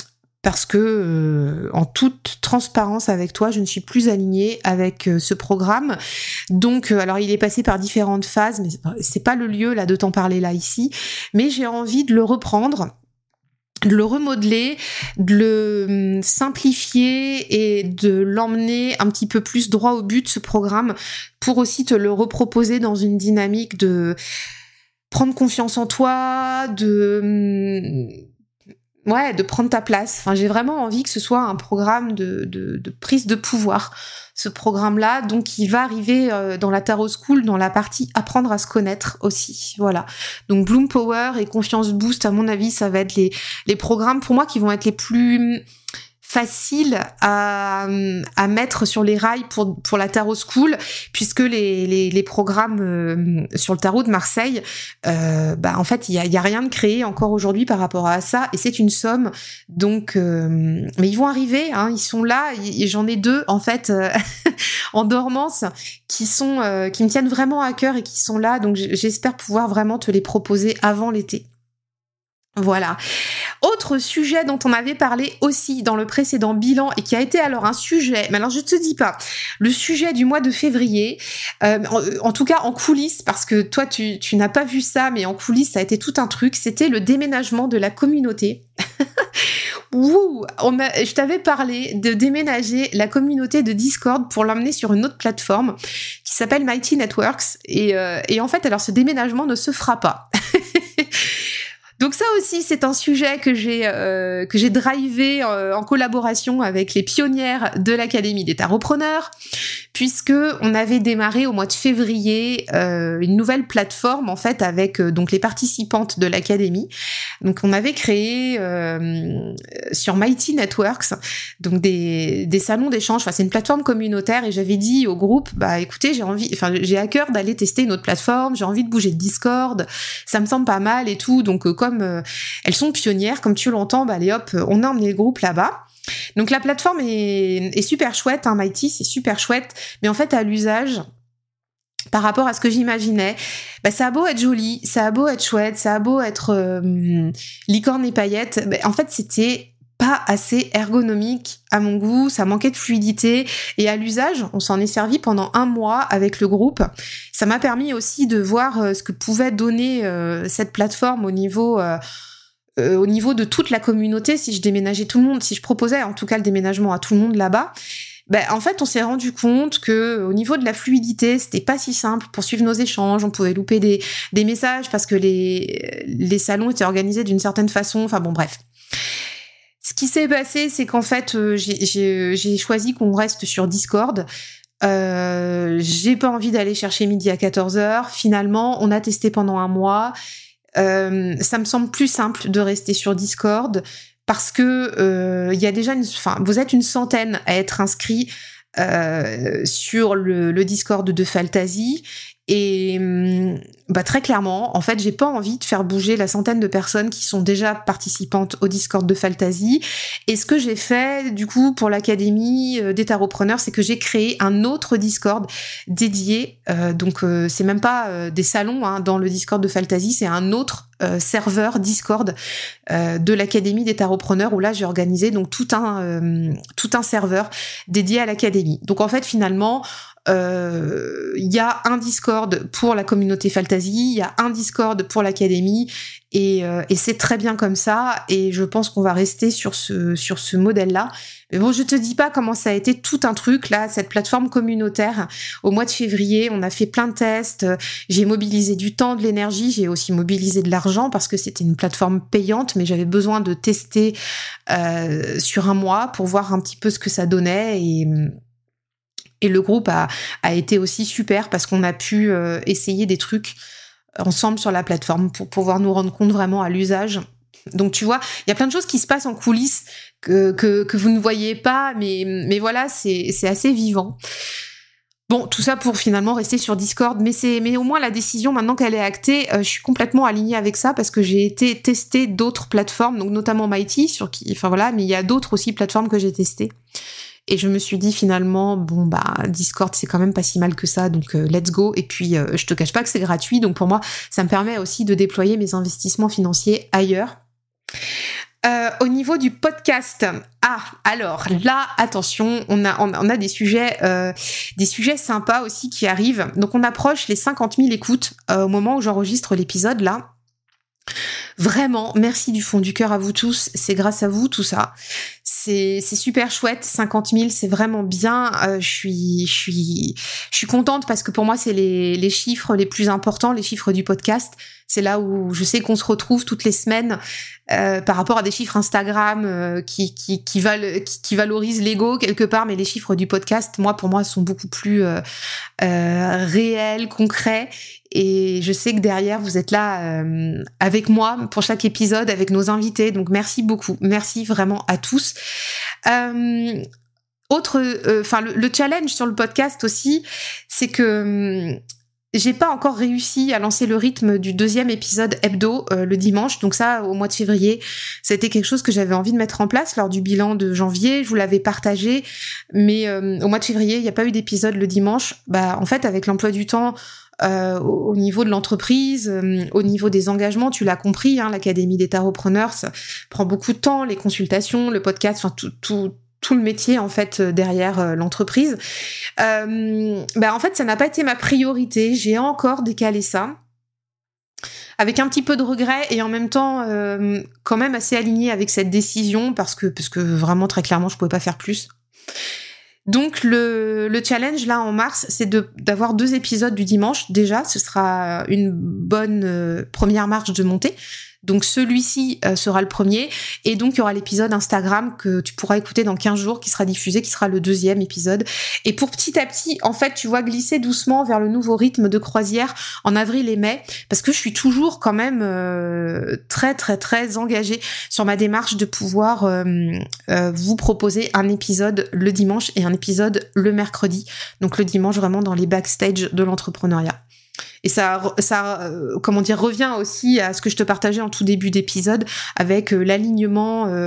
en toute transparence avec toi, je ne suis plus alignée avec ce programme. Donc alors il est passé par différentes phases, mais c'est pas le lieu là de t'en parler là ici, mais j'ai envie de le reprendre, de le remodeler, de le simplifier et de l'emmener un petit peu plus droit au but, ce programme, pour aussi te le reproposer dans une dynamique de prendre confiance en toi, de prendre ta place. J'ai vraiment envie que ce soit un programme de prise de pouvoir ce programme-là. Donc, il va arriver dans la Tarot School, dans la partie apprendre à se connaître aussi. Voilà. Donc, Bloom Power et Confiance Boost, à mon avis, ça va être les programmes pour moi qui vont être les plus faciles à mettre sur les rails pour la Tarot School, puisque les programmes sur le tarot de Marseille, en fait il y a rien de créé encore aujourd'hui par rapport à ça, et c'est une somme. Donc mais ils vont arriver, hein, ils sont là, et j'en ai 2 en fait en dormance qui me tiennent vraiment à cœur et qui sont là, donc j'espère pouvoir vraiment te les proposer avant l'été. Voilà. Autre sujet dont on avait parlé aussi dans le précédent bilan et qui a été alors un sujet, mais alors je te dis pas, le sujet du mois de février, en tout cas en coulisses, parce que toi tu n'as pas vu ça, mais en coulisses ça a été tout un truc, c'était le déménagement de la communauté. Wouh, je t'avais parlé de déménager la communauté de Discord pour l'emmener sur une autre plateforme qui s'appelle Mighty Networks, et en fait alors ce déménagement ne se fera pas. Donc ça aussi, c'est un sujet que j'ai drivé en collaboration avec les pionnières de l'Académie des Tarotpreneurs, puisque on avait démarré au mois de février une nouvelle plateforme en fait avec donc les participantes de l'Académie. Donc on avait créé sur Mighty Networks donc des salons d'échange. Enfin c'est une plateforme communautaire, et j'avais dit au groupe écoutez, j'ai à cœur d'aller tester une autre plateforme, j'ai envie de bouger de Discord, ça me semble pas mal et tout. Donc comme elles sont pionnières, comme tu l'entends, allez hop, on a emmené le groupe là-bas. Donc la plateforme est super chouette, hein, Mighty, c'est super chouette, mais en fait à l'usage, par rapport à ce que j'imaginais, ça a beau être joli, ça a beau être chouette, ça a beau être licorne et paillettes, en fait c'était pas assez ergonomique à mon goût, ça manquait de fluidité, et à l'usage, on s'en est servi pendant 1 mois avec le groupe. Ça m'a permis aussi de voir ce que pouvait donner cette plateforme au niveau de toute la communauté, si je déménageais tout le monde, si je proposais en tout cas le déménagement à tout le monde là-bas. En fait, on s'est rendu compte que au niveau de la fluidité, c'était pas si simple pour suivre nos échanges. On pouvait louper des messages parce que les salons étaient organisés d'une certaine façon. Enfin bon, bref. Ce qui s'est passé, c'est qu'en fait, j'ai choisi qu'on reste sur Discord. J'ai pas envie d'aller chercher midi à 14h. Finalement, on a testé pendant 1 mois. Ça me semble plus simple de rester sur Discord parce que il y a déjà vous êtes une centaine à être inscrits sur le Discord de Faltasy, et très clairement, en fait, j'ai pas envie de faire bouger la centaine de personnes qui sont déjà participantes au Discord de Faltasy. Et ce que j'ai fait, du coup, pour l'Académie des Tarotpreneurs, c'est que j'ai créé un autre Discord dédié. Donc, c'est même pas des salons hein, dans le Discord de Faltasy, c'est un autre serveur Discord de l'Académie des Tarotpreneurs, où là, j'ai organisé donc tout un serveur dédié à l'Académie. Donc, en fait, finalement, il y a un Discord pour la communauté Faltasy, il y a un Discord pour l'Académie, et c'est très bien comme ça, et je pense qu'on va rester sur ce modèle-là. Mais bon, je te dis pas comment ça a été tout un truc, là, cette plateforme communautaire. Au mois de février, on a fait plein de tests, j'ai mobilisé du temps, de l'énergie, j'ai aussi mobilisé de l'argent parce que c'était une plateforme payante, mais j'avais besoin de tester sur 1 mois pour voir un petit peu ce que ça donnait, et le groupe a été aussi super parce qu'on a pu essayer des trucs ensemble sur la plateforme pour pouvoir nous rendre compte vraiment à l'usage. Donc tu vois, il y a plein de choses qui se passent en coulisses que vous ne voyez pas, mais voilà, c'est assez vivant. Bon, tout ça pour finalement rester sur Discord, mais au moins la décision, maintenant qu'elle est actée, je suis complètement alignée avec ça parce que j'ai été tester d'autres plateformes, donc notamment Mighty, mais il y a d'autres aussi plateformes que j'ai testées. Et je me suis dit finalement, Discord c'est quand même pas si mal que ça, donc let's go. Et puis je te cache pas que c'est gratuit, donc pour moi ça me permet aussi de déployer mes investissements financiers ailleurs. Au niveau du podcast, alors là, attention, on a des sujets sympas aussi qui arrivent. Donc on approche les 50 000 écoutes au moment où j'enregistre l'épisode là. Vraiment, merci du fond du cœur à vous tous, c'est grâce à vous tout ça. c'est super chouette. 50 000, c'est vraiment bien. Je suis contente parce que pour moi, c'est les chiffres les plus importants, les chiffres du podcast. C'est là où je sais qu'on se retrouve toutes les semaines par rapport à des chiffres Instagram qui valorisent l'ego quelque part, mais les chiffres du podcast, pour moi, sont beaucoup plus réels, concrets. Et je sais que derrière, vous êtes là avec moi pour chaque épisode, avec nos invités. Donc, merci beaucoup. Merci vraiment à tous. Le challenge sur le podcast aussi, c'est que j'ai pas encore réussi à lancer le rythme du 2e épisode hebdo le dimanche. Donc ça, au mois de février, c'était quelque chose que j'avais envie de mettre en place lors du bilan de janvier. Je vous l'avais partagé. Mais au mois de février, il n'y a pas eu d'épisode le dimanche. En fait, avec l'emploi du temps, au niveau de l'entreprise, au niveau des engagements, tu l'as compris, l'Académie des Tarotpreneurs, ça prend beaucoup de temps, les consultations, le podcast, tout le métier en fait derrière l'entreprise. En fait, ça n'a pas été ma priorité. J'ai encore décalé ça, avec un petit peu de regret et en même temps quand même assez alignée avec cette décision parce que vraiment très clairement, je pouvais pas faire plus. Donc le challenge là en mars, c'est d'avoir 2 épisodes du dimanche. Déjà, ce sera une bonne première marche de montée. Donc celui-ci sera le premier, et donc il y aura l'épisode Instagram que tu pourras écouter dans 15 jours, qui sera diffusé, qui sera le 2e épisode. Et pour petit à petit, en fait, tu vois, glisser doucement vers le nouveau rythme de croisière en avril et mai, parce que je suis toujours quand même très très très engagée sur ma démarche de pouvoir vous proposer un épisode le dimanche et un épisode le mercredi. Donc le dimanche vraiment dans les backstage de l'entrepreneuriat. Et ça revient aussi à ce que je te partageais en tout début d'épisode avec l'alignement,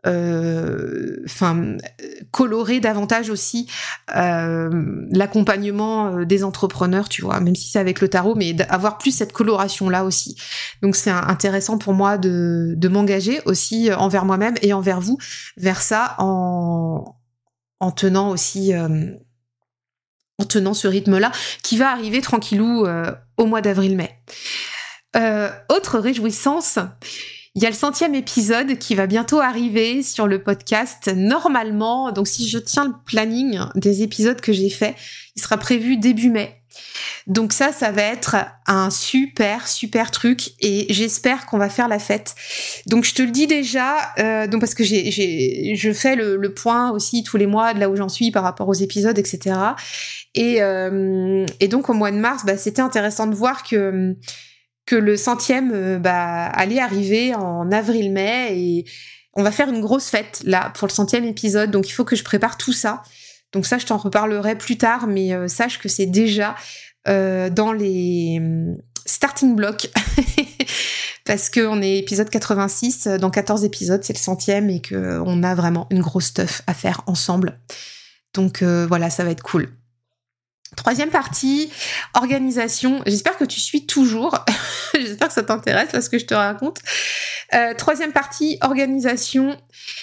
colorer davantage aussi l'accompagnement des entrepreneurs, tu vois, même si c'est avec le tarot, mais d'avoir plus cette coloration-là aussi. Donc c'est intéressant pour moi de m'engager aussi envers moi-même et envers vous, vers ça en tenant aussi... en tenant ce rythme-là, qui va arriver tranquillou au mois d'avril-mai. Autre réjouissance, il y a le 100e épisode qui va bientôt arriver sur le podcast. Normalement, donc si je tiens le planning des épisodes que j'ai faits, il sera prévu début mai. Donc ça va être un super truc et j'espère qu'on va faire la fête. Donc je te le dis déjà, donc parce que je fais le point aussi tous les mois de là où j'en suis par rapport aux épisodes, etc. Et donc au mois de mars, c'était intéressant de voir que le 100e allait arriver en avril-mai et on va faire une grosse fête là pour le 100e épisode. Donc il faut que je prépare tout ça. Donc ça, je t'en reparlerai plus tard, mais sache que c'est déjà dans les starting blocks parce qu'on est épisode 86, dans 14 épisodes, c'est le 100e et qu'on a vraiment une grosse stuff à faire ensemble. Donc voilà, ça va être cool. 3e partie, organisation. J'espère que tu suis toujours. J'espère que ça t'intéresse là ce que je te raconte. 3e partie, organisation.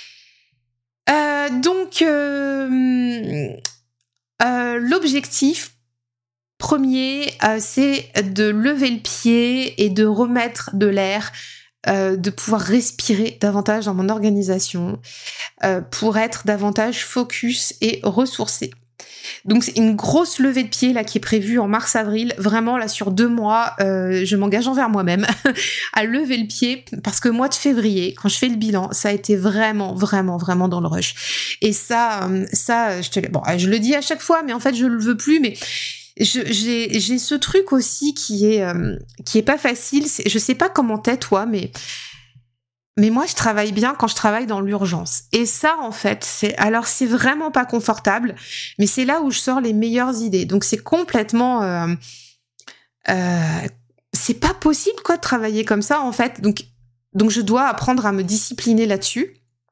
L'objectif premier, c'est de lever le pied et de remettre de l'air, de pouvoir respirer davantage dans mon organisation, pour être davantage focus et ressourcée. Donc c'est une grosse levée de pied là qui est prévue en mars-avril. Vraiment là sur 2 mois, je m'engage envers moi-même à lever le pied parce que mois de février, quand je fais le bilan, ça a été vraiment dans le rush. Et ça, je le dis à chaque fois, mais en fait je le veux plus. Mais j'ai ce truc aussi qui est pas facile. Je sais pas comment t'es toi, mais moi, je travaille bien quand je travaille dans l'urgence. Et ça, en fait, c'est vraiment pas confortable, mais c'est là où je sors les meilleures idées. Donc, c'est complètement, c'est pas possible, quoi, de travailler comme ça, en fait. Donc, je dois apprendre à me discipliner là-dessus.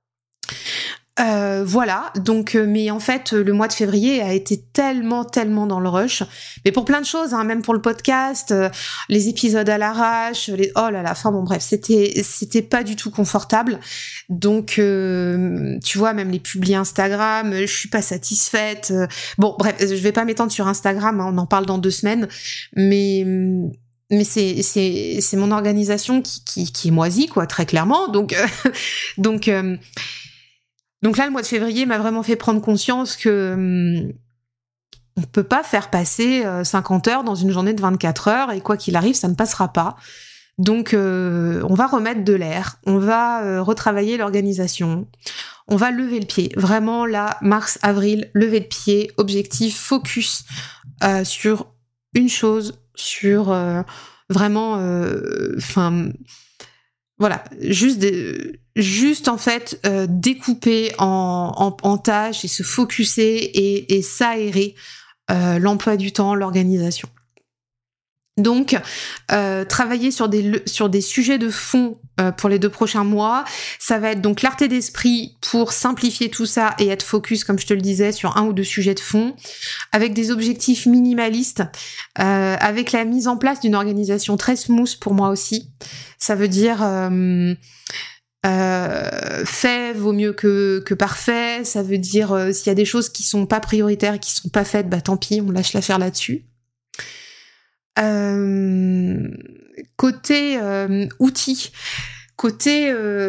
Voilà, donc mais en fait le mois de février a été tellement dans le rush, mais pour plein de choses, même pour le podcast, les épisodes à l'arrache, oh là là, enfin bon bref, c'était pas du tout confortable. Donc tu vois, même les publis Instagram, je suis pas satisfaite. Bon bref, je vais pas m'étendre sur Instagram, on en parle dans 2 semaines, mais c'est mon organisation qui est moisie, quoi, très clairement. Donc Donc là, le mois de février m'a vraiment fait prendre conscience que on peut pas faire passer 50 heures dans une journée de 24 heures et quoi qu'il arrive, ça ne passera pas. Donc, on va remettre de l'air, on va retravailler l'organisation, on va lever le pied. Vraiment, là, mars, avril, lever le pied, objectif, focus sur une chose, sur vraiment... voilà, juste en fait découper en tâches et se focuser et s'aérer l'emploi du temps, l'organisation. Donc, travailler sur des sujets de fond pour les 2 prochains mois, ça va être donc clarté d'esprit pour simplifier tout ça et être focus, comme je te le disais, sur 1 ou 2 sujets de fond, avec des objectifs minimalistes, avec la mise en place d'une organisation très smooth pour moi aussi. Ça veut dire fait vaut mieux que parfait. Ça veut dire s'il y a des choses qui sont pas prioritaires et qui sont pas faites, bah tant pis, on lâche l'affaire là-dessus. Côté outils, côté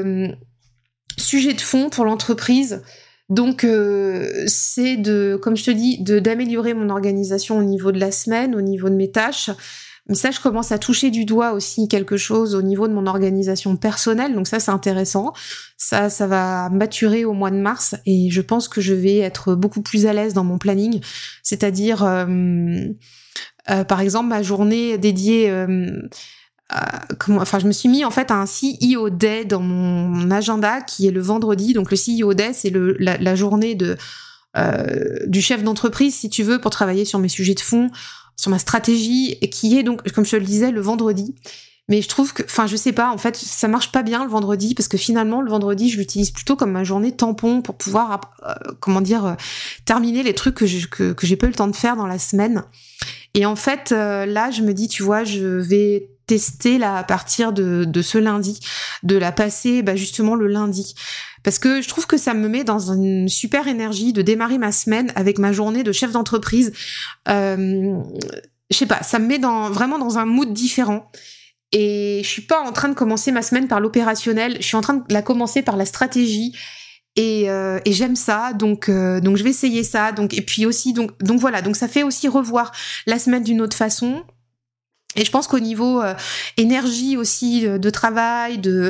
sujet de fond pour l'entreprise, donc c'est comme je te dis, d'améliorer mon organisation au niveau de la semaine, au niveau de mes tâches. Mais ça, je commence à toucher du doigt aussi quelque chose au niveau de mon organisation personnelle, donc ça c'est intéressant. Ça va maturer au mois de mars et je pense que je vais être beaucoup plus à l'aise dans mon planning, c'est-à-dire par exemple, ma journée dédiée je me suis mis en fait un CEO Day dans mon agenda qui est le vendredi. Donc le CEO Day, c'est la journée du chef d'entreprise, si tu veux, pour travailler sur mes sujets de fond, sur ma stratégie, et qui est donc, comme je te le disais, le vendredi. Mais je trouve que, je sais pas, en fait, ça marche pas bien le vendredi, parce que finalement, le vendredi, je l'utilise plutôt comme ma journée tampon pour pouvoir, terminer les trucs que j'ai pas eu le temps de faire dans la semaine. Et en fait, là, je me dis, tu vois, je vais tester là à partir de ce lundi, de la passer justement le lundi. Parce que je trouve que ça me met dans une super énergie de démarrer ma semaine avec ma journée de chef d'entreprise. Je sais pas, ça me met vraiment dans un mood différent. Et je suis pas en train de commencer ma semaine par l'opérationnel, je suis en train de la commencer par la stratégie. Et j'aime ça, donc je vais essayer ça. Et puis aussi, donc voilà, donc ça fait aussi revoir la semaine d'une autre façon. Et je pense qu'au niveau énergie aussi de travail, de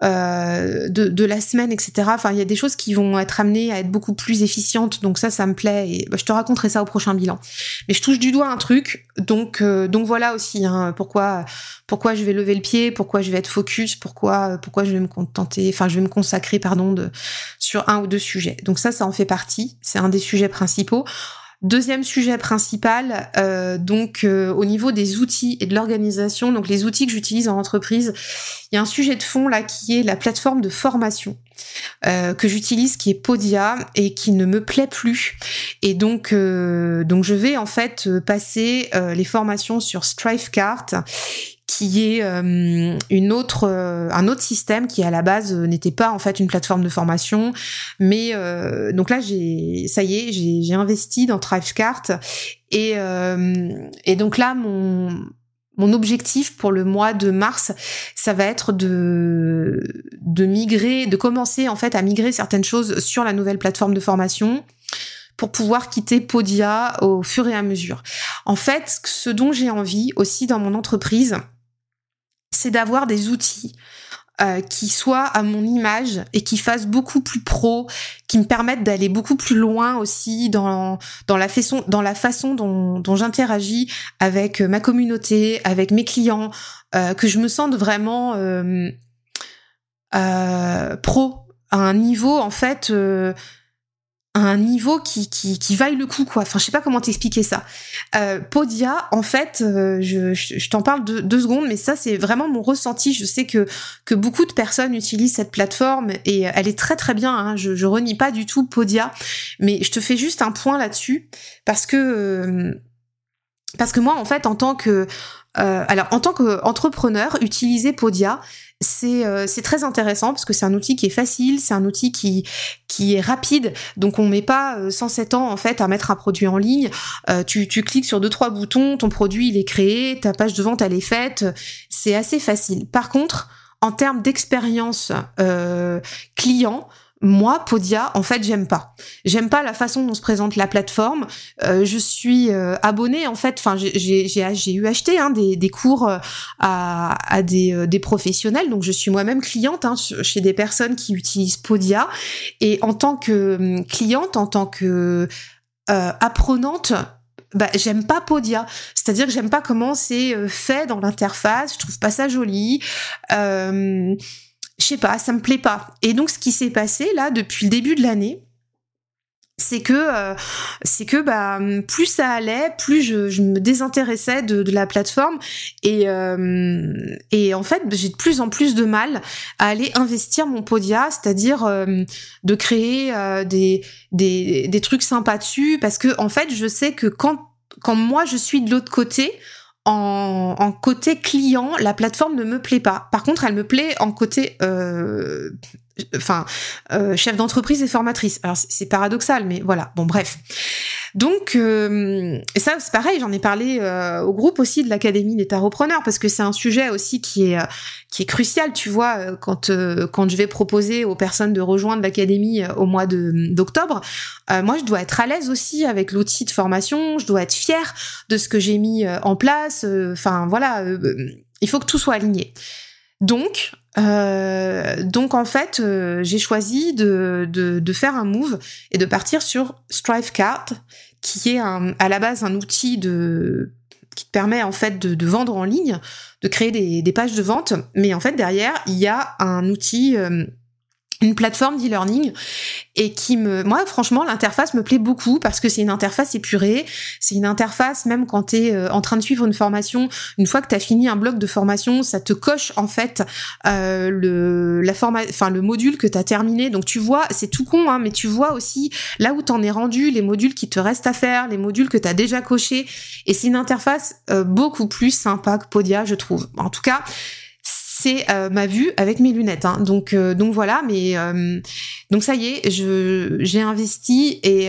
la semaine, etc. Il y a des choses qui vont être amenées à être beaucoup plus efficientes. Donc ça me plaît. Et je te raconterai ça au prochain bilan. Mais je touche du doigt un truc. Donc voilà aussi pourquoi je vais lever le pied, pourquoi je vais être focus, pourquoi je vais me consacrer sur 1 ou 2 sujets. Donc ça en fait partie. C'est un des sujets principaux. Deuxième sujet principal, au niveau des outils et de l'organisation, donc les outils que j'utilise en entreprise, il y a un sujet de fond là qui est la plateforme de formation que j'utilise, qui est Podia et qui ne me plaît plus. Et donc je vais en fait passer les formations sur Strivecart, qui est un autre système qui à la base n'était pas en fait une plateforme de formation, mais donc là j'ai investi dans Strivecart et donc là mon objectif pour le mois de mars, ça va être de migrer, de commencer en fait à migrer certaines choses sur la nouvelle plateforme de formation, pour pouvoir quitter Podia au fur et à mesure. En fait, ce dont j'ai envie aussi dans mon entreprise, c'est d'avoir des outils qui soient à mon image et qui fassent beaucoup plus pro, qui me permettent d'aller beaucoup plus loin aussi dans la façon dont j'interagis avec ma communauté, avec mes clients, que je me sente vraiment pro, à un niveau en fait à un niveau qui vaille le coup, quoi. Je sais pas comment t'expliquer ça. Podia, en fait, je t'en parle 2 secondes, mais ça, c'est vraiment mon ressenti. Je sais que beaucoup de personnes utilisent cette plateforme et elle est très très bien, hein. Je renie pas du tout Podia, mais je te fais juste un point là-dessus parce que moi, en fait, en tant qu'entrepreneur, utiliser Podia, c'est très intéressant parce que c'est un outil qui est facile, c'est un outil qui est rapide, donc on met pas 107 ans en fait à mettre un produit en ligne. Tu cliques sur 2-3 boutons, ton produit il est créé, ta page de vente elle est faite, c'est assez facile. Par contre, en termes d'expérience client, moi, Podia, en fait, j'aime pas. J'aime pas la façon dont se présente la plateforme. Je suis abonnée, en fait. Enfin, j'ai eu acheté des cours à des professionnels. Donc, je suis moi-même cliente chez des personnes qui utilisent Podia. Et en tant que cliente, en tant que apprenante, j'aime pas Podia. C'est-à-dire que j'aime pas comment c'est fait dans l'interface. Je trouve pas ça joli. Je sais pas, ça me plaît pas. Et donc, ce qui s'est passé là depuis le début de l'année, c'est que plus ça allait, plus je me désintéressais de la plateforme et en fait j'ai de plus en plus de mal à aller investir mon Podia, c'est-à-dire de créer des trucs sympas dessus, parce que en fait je sais que quand moi je suis de l'autre côté, en côté client, la plateforme ne me plaît pas. Par contre, elle me plaît en côté chef d'entreprise et formatrice. Alors c'est paradoxal, mais voilà. Bon, bref. Donc ça c'est pareil, j'en ai parlé au groupe aussi de l'Académie des Tarotpreneurs, parce que c'est un sujet aussi qui est crucial, tu vois, quand je vais proposer aux personnes de rejoindre l'Académie au mois d'octobre, moi je dois être à l'aise aussi avec l'outil de formation, je dois être fière de ce que j'ai mis en place, il faut que tout soit aligné. Donc en fait, j'ai choisi de faire un move et de partir sur Strivecart, qui est à la base un outil qui te permet en fait de vendre en ligne, de créer des pages de vente, mais en fait derrière il y a un outil, une plateforme d'e-learning, et moi franchement l'interface me plaît beaucoup, parce que c'est une interface épurée, c'est une interface, même quand t'es en train de suivre une formation, une fois que t'as fini un bloc de formation, ça te coche en fait le module que t'as terminé, donc tu vois, c'est tout con mais tu vois aussi là où t'en es rendu, les modules qui te restent à faire, les modules que t'as déjà cochés, et c'est une interface beaucoup plus sympa que Podia, je trouve. En tout cas, c'est ma vue avec mes lunettes, donc voilà, mais donc ça y est, j'ai investi, et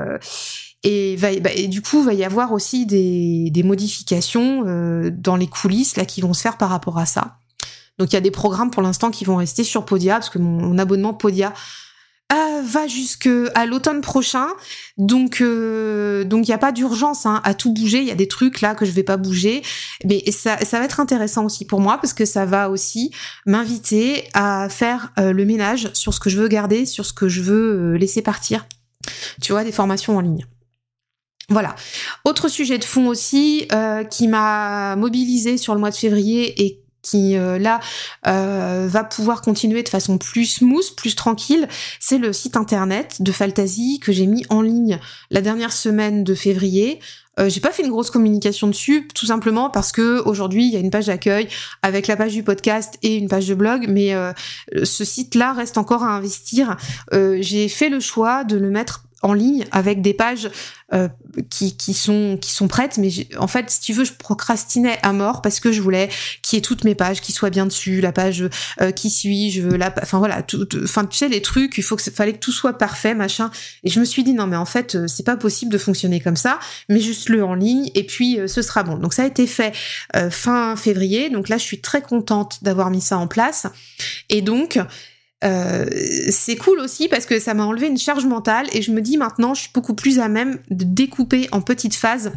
du coup va y avoir aussi des modifications dans les coulisses là qui vont se faire par rapport à ça. Donc il y a des programmes pour l'instant qui vont rester sur Podia, parce que mon abonnement Podia va jusqu'à l'automne prochain, donc il y a pas d'urgence à tout bouger. Il y a des trucs là que je vais pas bouger, mais ça va être intéressant aussi pour moi, parce que ça va aussi m'inviter à faire le ménage sur ce que je veux garder, sur ce que je veux laisser partir. Tu vois, des formations en ligne. Voilà. Autre sujet de fond aussi qui m'a mobilisée sur le mois de février, et qui va pouvoir continuer de façon plus smooth, plus tranquille, c'est le site internet de Faltasy que j'ai mis en ligne la dernière semaine de février. J'ai pas fait une grosse communication dessus, tout simplement parce que aujourd'hui il y a une page d'accueil avec la page du podcast et une page de blog, mais ce site-là reste encore à investir. J'ai fait le choix de le mettre en ligne avec des pages qui sont prêtes, mais en fait, si tu veux, je procrastinais à mort parce que je voulais qu'il y ait toutes mes pages qui soient bien dessus, la page qui suis-je, tu sais, les trucs, fallait que tout soit parfait, machin, et je me suis dit non mais en fait c'est pas possible de fonctionner comme ça, mais juste le en ligne et puis ce sera bon. Donc ça a été fait fin février, donc là je suis très contente d'avoir mis ça en place, et donc c'est cool aussi parce que ça m'a enlevé une charge mentale, et je me dis maintenant je suis beaucoup plus à même de découper en petites phases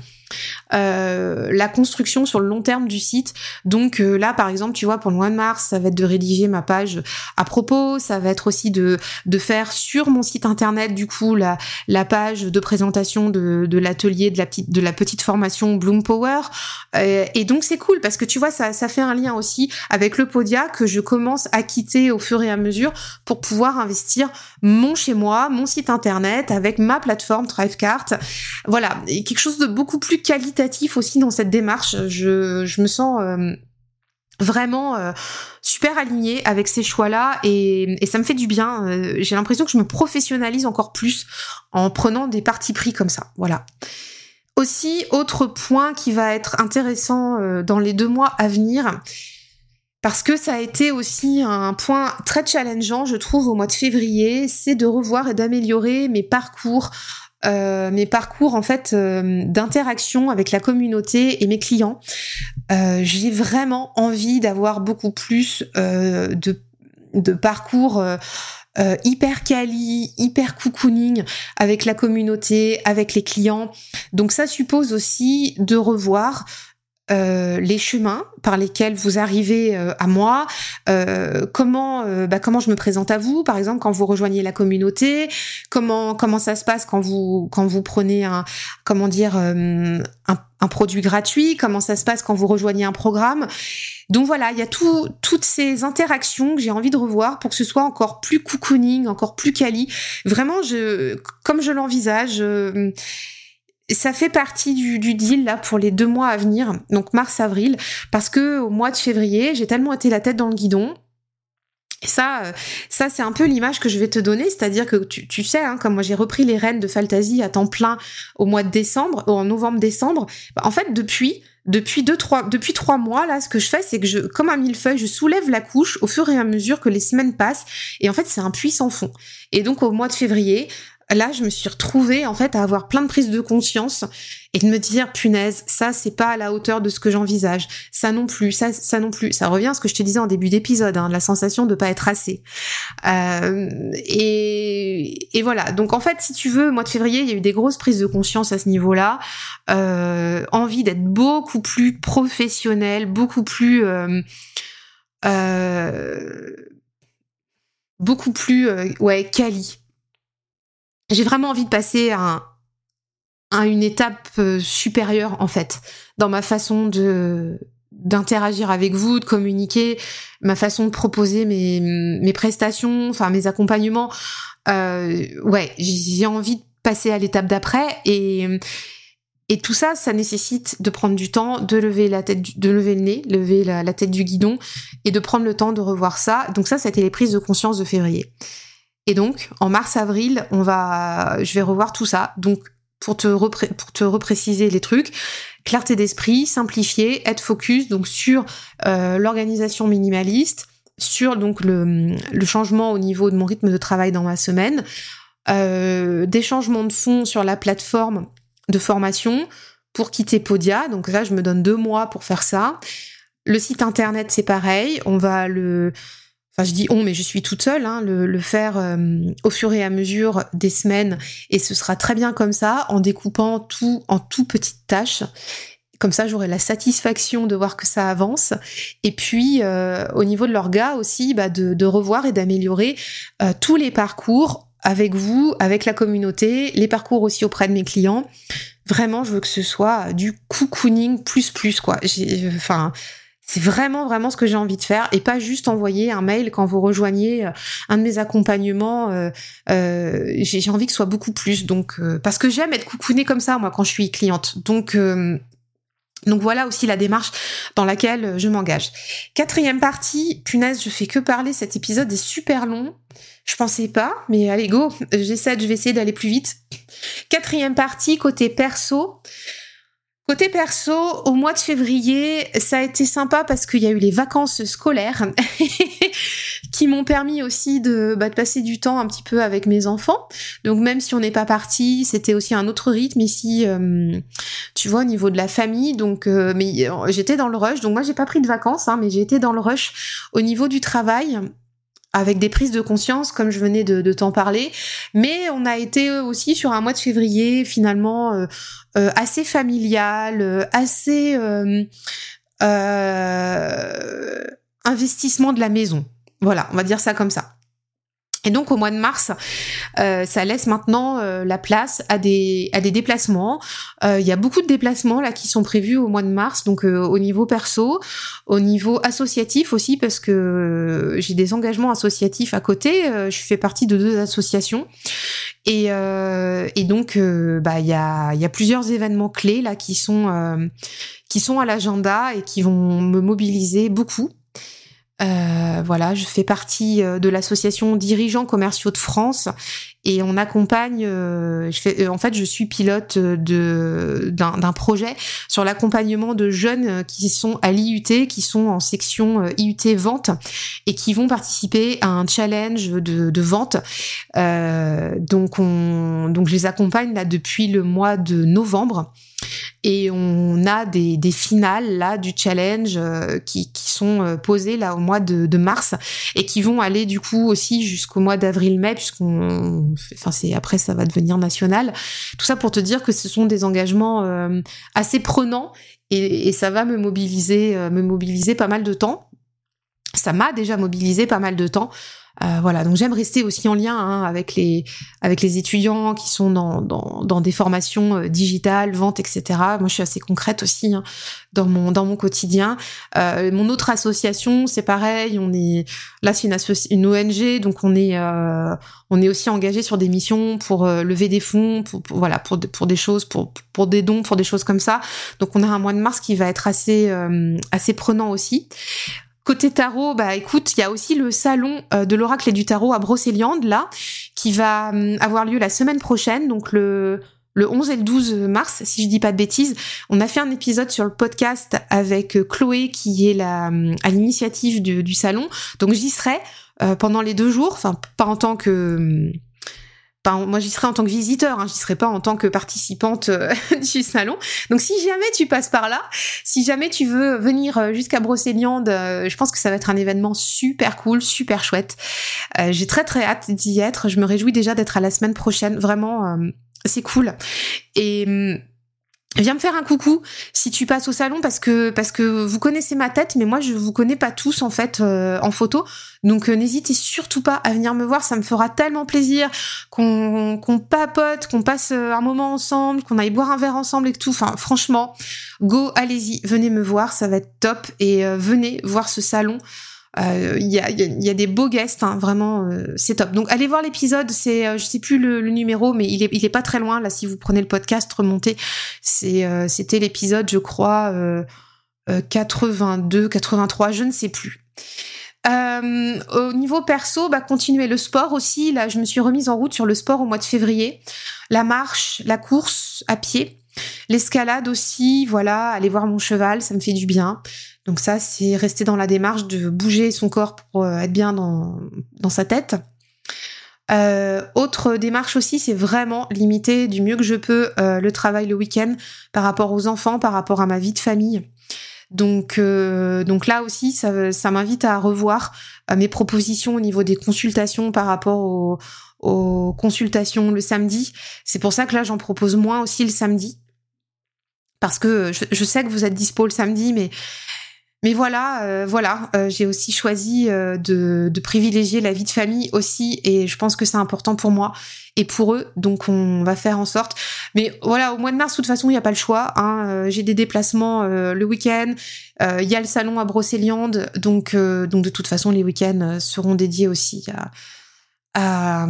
la construction sur le long terme du site. Donc là par exemple, tu vois, pour le mois de mars, ça va être de rédiger ma page à propos, ça va être aussi de faire sur mon site internet du coup la page de présentation de l'atelier de la petite formation Bloom Power, et donc c'est cool parce que tu vois ça fait un lien aussi avec le Podia que je commence à quitter au fur et à mesure pour pouvoir investir mon chez moi, mon site internet avec ma plateforme Strivecart. Voilà, et quelque chose de beaucoup plus qualitatif aussi dans cette démarche. Je me sens vraiment super alignée avec ces choix-là, et ça me fait du bien. J'ai l'impression que je me professionnalise encore plus en prenant des partis pris comme ça. Voilà. Aussi, autre point qui va être intéressant dans les 2 mois à venir, parce que ça a été aussi un point très challengeant, je trouve, au mois de février, c'est de revoir et d'améliorer mes parcours en fait d'interaction avec la communauté et mes clients. J'ai vraiment envie d'avoir beaucoup plus de parcours hyper quali, hyper cocooning avec la communauté, avec les clients. Donc ça suppose aussi de revoir les chemins par lesquels vous arrivez à moi, comment je me présente à vous, par exemple quand vous rejoignez la communauté, comment ça se passe quand vous prenez un produit gratuit, comment ça se passe quand vous rejoignez un programme. Donc voilà, il y a toutes ces interactions que j'ai envie de revoir pour que ce soit encore plus cocooning, encore plus quali. Vraiment, comme je l'envisage, ça fait partie du deal là pour les 2 mois à venir, donc mars-avril, parce que au mois de février, j'ai tellement été la tête dans le guidon. Et ça c'est un peu l'image que je vais te donner, c'est-à-dire que tu sais, hein, comme moi j'ai repris les rênes de Faltasie à temps plein au mois de décembre, en novembre-décembre, en fait depuis 3 mois là, ce que je fais, c'est que comme un millefeuille, je soulève la couche au fur et à mesure que les semaines passent, et en fait c'est un puits sans fond. Et donc au mois de février, là, je me suis retrouvée en fait à avoir plein de prises de conscience et de me dire punaise, ça c'est pas à la hauteur de ce que j'envisage, ça non plus, ça non plus. Ça revient à ce que je te disais en début d'épisode, hein, la sensation de pas être assez. Et voilà. Donc en fait, si tu veux, mois de février, il y a eu des grosses prises de conscience à ce niveau-là, envie d'être beaucoup plus professionnelle, beaucoup plus quali. J'ai vraiment envie de passer à une étape supérieure, en fait, dans ma façon d'interagir avec vous, de communiquer, ma façon de proposer mes prestations, enfin mes accompagnements. J'ai envie de passer à l'étape d'après et tout ça, ça nécessite de prendre du temps, de lever la tête, de lever le nez, lever la tête du guidon et de prendre le temps de revoir ça. Donc ça, c'était les prises de conscience de février. Et donc, en mars-avril, je vais revoir tout ça. Donc, pour te repréciser les trucs, clarté d'esprit, simplifier, être focus donc sur l'organisation minimaliste, sur donc le changement au niveau de mon rythme de travail dans ma semaine, des changements de fond sur la plateforme de formation pour quitter Podia. Donc là, je me donne 2 mois pour faire ça. Le site internet, c'est pareil. Je dis mais je suis toute seule, hein, le faire au fur et à mesure des semaines, et ce sera très bien comme ça, en découpant tout en tout petites tâches. Comme ça, j'aurai la satisfaction de voir que ça avance. Et puis, au niveau de l'orga aussi, de revoir et d'améliorer tous les parcours avec vous, avec la communauté, les parcours aussi auprès de mes clients. Vraiment, je veux que ce soit du cocooning plus, quoi. C'est vraiment, vraiment ce que j'ai envie de faire, et pas juste envoyer un mail quand vous rejoignez un de mes accompagnements. J'ai envie que ce soit beaucoup plus. Donc, parce que j'aime être cocoonée comme ça, moi, quand je suis cliente. Donc voilà aussi la démarche dans laquelle je m'engage. 4e partie, punaise, je fais que parler, cet épisode est super long. Je pensais pas, mais allez go, je vais essayer d'aller plus vite. 4e partie, côté perso. Côté perso, au mois de février, ça a été sympa parce qu'il y a eu les vacances scolaires qui m'ont permis aussi de passer du temps un petit peu avec mes enfants. Donc même si on n'est pas parti, c'était aussi un autre rythme ici, tu vois, au niveau de la famille. Donc, mais j'étais dans le rush. Donc moi, j'ai pas pris de vacances, hein, mais j'ai été dans le rush au niveau du travail, avec des prises de conscience, comme je venais de t'en parler. Mais on a été aussi sur un mois de février, finalement, assez familial, assez investissement de la maison. Voilà, on va dire ça comme ça. Et donc au mois de mars, ça laisse maintenant la place à des déplacements. Il y a beaucoup de déplacements là qui sont prévus au mois de mars, donc au niveau perso, au niveau associatif aussi, parce que j'ai des engagements associatifs à côté. Je fais partie de 2 associations, et donc il y a plusieurs événements clés là qui sont à l'agenda et qui vont me mobiliser beaucoup. Je fais partie de l'association Dirigeants Commerciaux de France, et on accompagne. Je suis pilote d'un projet sur l'accompagnement de jeunes qui sont à l'IUT, qui sont en section IUT vente, et qui vont participer à un challenge de vente. Donc je les accompagne là depuis le mois de novembre. Et on a des finales là du challenge qui sont posées là au mois de mars et qui vont aller du coup aussi jusqu'au mois d'avril-mai après ça va devenir national. Tout ça pour te dire que ce sont des engagements assez prenants et ça va me mobiliser pas mal de temps. Ça m'a déjà mobilisé pas mal de temps. Voilà, donc j'aime rester aussi en lien avec les étudiants qui sont dans des formations digitales, vente, etc. Moi, je suis assez concrète aussi dans mon quotidien. Mon autre association, c'est pareil. C'est une ONG, donc on est aussi engagé sur des missions pour lever des fonds, pour des choses, pour des dons, pour des choses comme ça. Donc on a un mois de mars qui va être assez prenant aussi. Côté tarot, écoute, il y a aussi le salon de l'oracle et du tarot à Brocéliande, là, qui va avoir lieu la semaine prochaine, donc le 11 et le 12 mars, si je dis pas de bêtises. On a fait un épisode sur le podcast avec Chloé, qui est à l'initiative du salon. Donc j'y serai pendant les 2 jours, enfin pas en tant que... moi, j'y serai en tant que visiteur, j'y serai pas en tant que participante du salon. Donc, si jamais tu passes par là, si jamais tu veux venir jusqu'à Brocéliande, je pense que ça va être un événement super cool, super chouette. J'ai très très hâte d'y être. Je me réjouis déjà d'être à la semaine prochaine. Vraiment, c'est cool. Et viens me faire un coucou si tu passes au salon parce que vous connaissez ma tête, mais moi je vous connais pas tous en fait en photo. Donc n'hésitez surtout pas à venir me voir, ça me fera tellement plaisir qu'on papote, qu'on passe un moment ensemble, qu'on aille boire un verre ensemble et tout. Enfin franchement, allez-y, venez me voir, ça va être top et venez voir ce salon. Il y a des beaux guests, vraiment, c'est top. Donc allez voir l'épisode, c'est je sais plus le numéro, mais il est pas très loin là. Si vous prenez le podcast, remontez. C'était l'épisode, je crois, 82, 83, je ne sais plus. Au niveau perso, continuer le sport aussi. Là, je me suis remise en route sur le sport au mois de février. La marche, la course à pied, l'escalade aussi. Voilà, aller voir mon cheval, ça me fait du bien. Donc ça, c'est rester dans la démarche de bouger son corps pour être bien dans sa tête. Autre démarche aussi, c'est vraiment limiter du mieux que je peux le travail le week-end par rapport aux enfants, par rapport à ma vie de famille. Donc là aussi, ça m'invite à revoir mes propositions au niveau des consultations par rapport aux consultations le samedi. C'est pour ça que là, j'en propose moins aussi le samedi. Parce que je sais que vous êtes dispo le samedi, mais voilà, j'ai aussi choisi de privilégier la vie de famille aussi, et je pense que c'est important pour moi et pour eux, donc on va faire en sorte. Mais voilà, au mois de mars, de toute façon, il n'y a pas le choix. J'ai des déplacements le week-end, il y a le salon à Brocéliande, donc de toute façon, les week-ends seront dédiés aussi à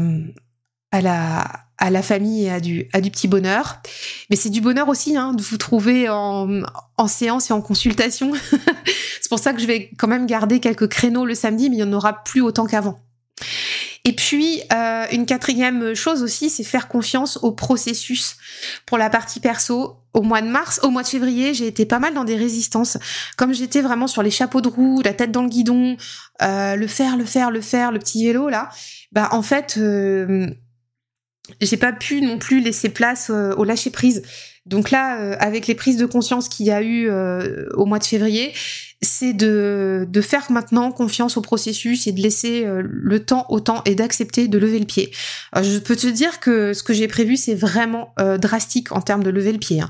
la famille et à du petit bonheur. Mais c'est du bonheur aussi de vous trouver en séance et en consultation. C'est pour ça que je vais quand même garder quelques créneaux le samedi, mais il n'y en aura plus autant qu'avant. Et puis, une 4e chose aussi, c'est faire confiance au processus. Pour la partie perso, au mois de février, j'ai été pas mal dans des résistances. Comme j'étais vraiment sur les chapeaux de roue, la tête dans le guidon, le petit vélo, là, en fait... j'ai pas pu non plus laisser place au lâcher prise. Donc là, avec les prises de conscience qu'il y a eu au mois de février, c'est de faire maintenant confiance au processus et de laisser le temps au temps et d'accepter de lever le pied. Je peux te dire que ce que j'ai prévu, c'est vraiment drastique en termes de lever le pied.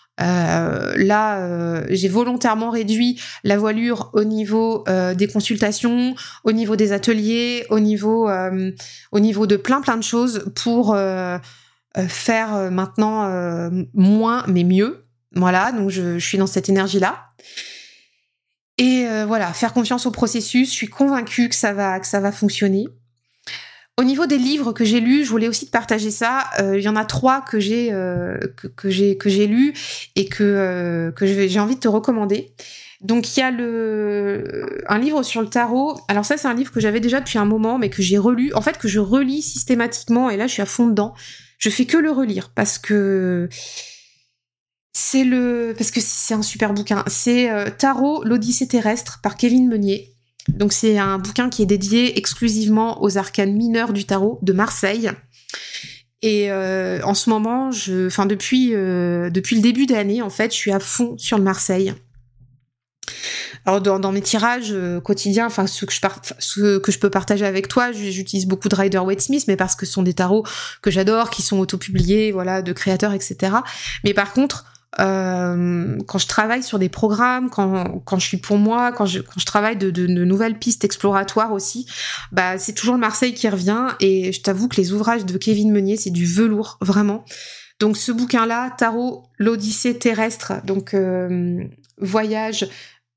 J'ai volontairement réduit la voilure au niveau des consultations, au niveau des ateliers, au niveau de plein de choses pour faire maintenant moins mais mieux. Voilà, donc je suis dans cette énergie-là. Et voilà, faire confiance au processus, je suis convaincue que ça va fonctionner. Au niveau des livres que j'ai lus, je voulais aussi te partager ça. Il y en a 3 que j'ai lus et que j'ai envie de te recommander. Donc il y a un livre sur le tarot. Alors ça, c'est un livre que j'avais déjà depuis un moment, mais que j'ai relu. En fait, que je relis systématiquement. Et là, je suis à fond dedans. Je fais que le relire parce que c'est un super bouquin. C'est Tarot, l'Odyssée terrestre par Kevin Meunier. Donc c'est un bouquin qui est dédié exclusivement aux arcanes mineurs du tarot de Marseille. Et en ce moment, depuis le début d'année, en fait, je suis à fond sur le Marseille. Alors dans mes tirages quotidiens, enfin ceux que je peux partager avec toi, j'utilise beaucoup de Rider-Waite-Smith, mais parce que ce sont des tarots que j'adore, qui sont auto-publiés, voilà, de créateurs, etc. Mais par contre, quand je travaille sur des programmes, quand je suis pour moi, quand je travaille de nouvelles pistes exploratoires aussi, bah c'est toujours le Marseille qui revient. Et je t'avoue que les ouvrages de Kevin Meunier, c'est du velours, vraiment. Donc ce bouquin-là, Tarot, l'Odyssée terrestre, donc voyage,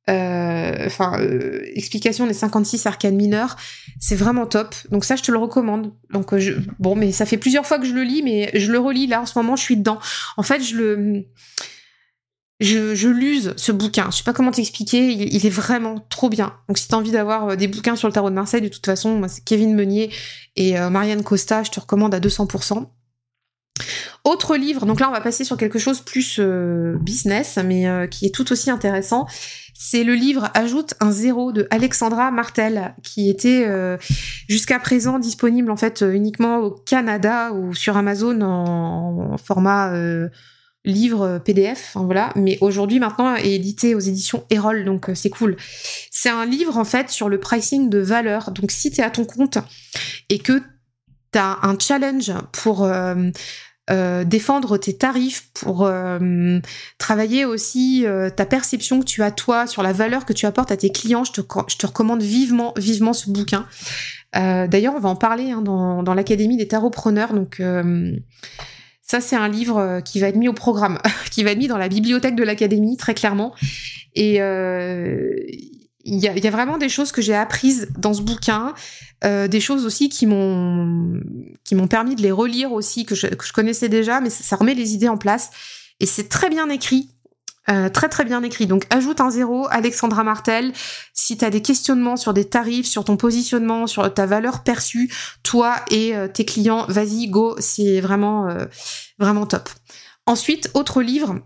explication des 56 arcanes mineures, c'est vraiment top. Donc ça, je te le recommande. Donc mais ça fait plusieurs fois que je le lis, mais je le relis là en ce moment, je suis dedans. En fait, je l'use ce bouquin. Je sais pas comment t'expliquer, il est vraiment trop bien. Donc si t'as envie d'avoir des bouquins sur le tarot de Marseille, de toute façon, moi c'est Kevin Meunier et Marianne Costa, je te recommande à 200%. Autre livre, donc là on va passer sur quelque chose plus business, mais qui est tout aussi intéressant. C'est le livre Ajoute un zéro de Alexandra Martel, qui était jusqu'à présent disponible en fait uniquement au Canada ou sur Amazon en format livre PDF, enfin, voilà. Mais aujourd'hui maintenant est édité aux éditions Erol, donc c'est cool. C'est un livre en fait sur le pricing de valeur. Donc si t'es à ton compte et que t'as un challenge pour défendre tes tarifs, pour travailler aussi ta perception que tu as toi sur la valeur que tu apportes à tes clients, je te recommande vivement ce bouquin. D'ailleurs, on va en parler dans l'Académie des Tarotpreneurs, donc ça c'est un livre qui va être mis au programme, qui va être mis dans la bibliothèque de l'Académie, très clairement. Et il y a vraiment des choses que j'ai apprises dans ce bouquin, des choses aussi qui m'ont permis de les relire aussi, que je connaissais déjà, mais ça remet les idées en place. Et c'est très bien écrit, très très bien écrit. Donc Ajoute un zéro, Alexandra Martel. Si t'as des questionnements sur des tarifs, sur ton positionnement, sur ta valeur perçue, toi et tes clients, vas-y, go, c'est vraiment vraiment top. Ensuite, autre livre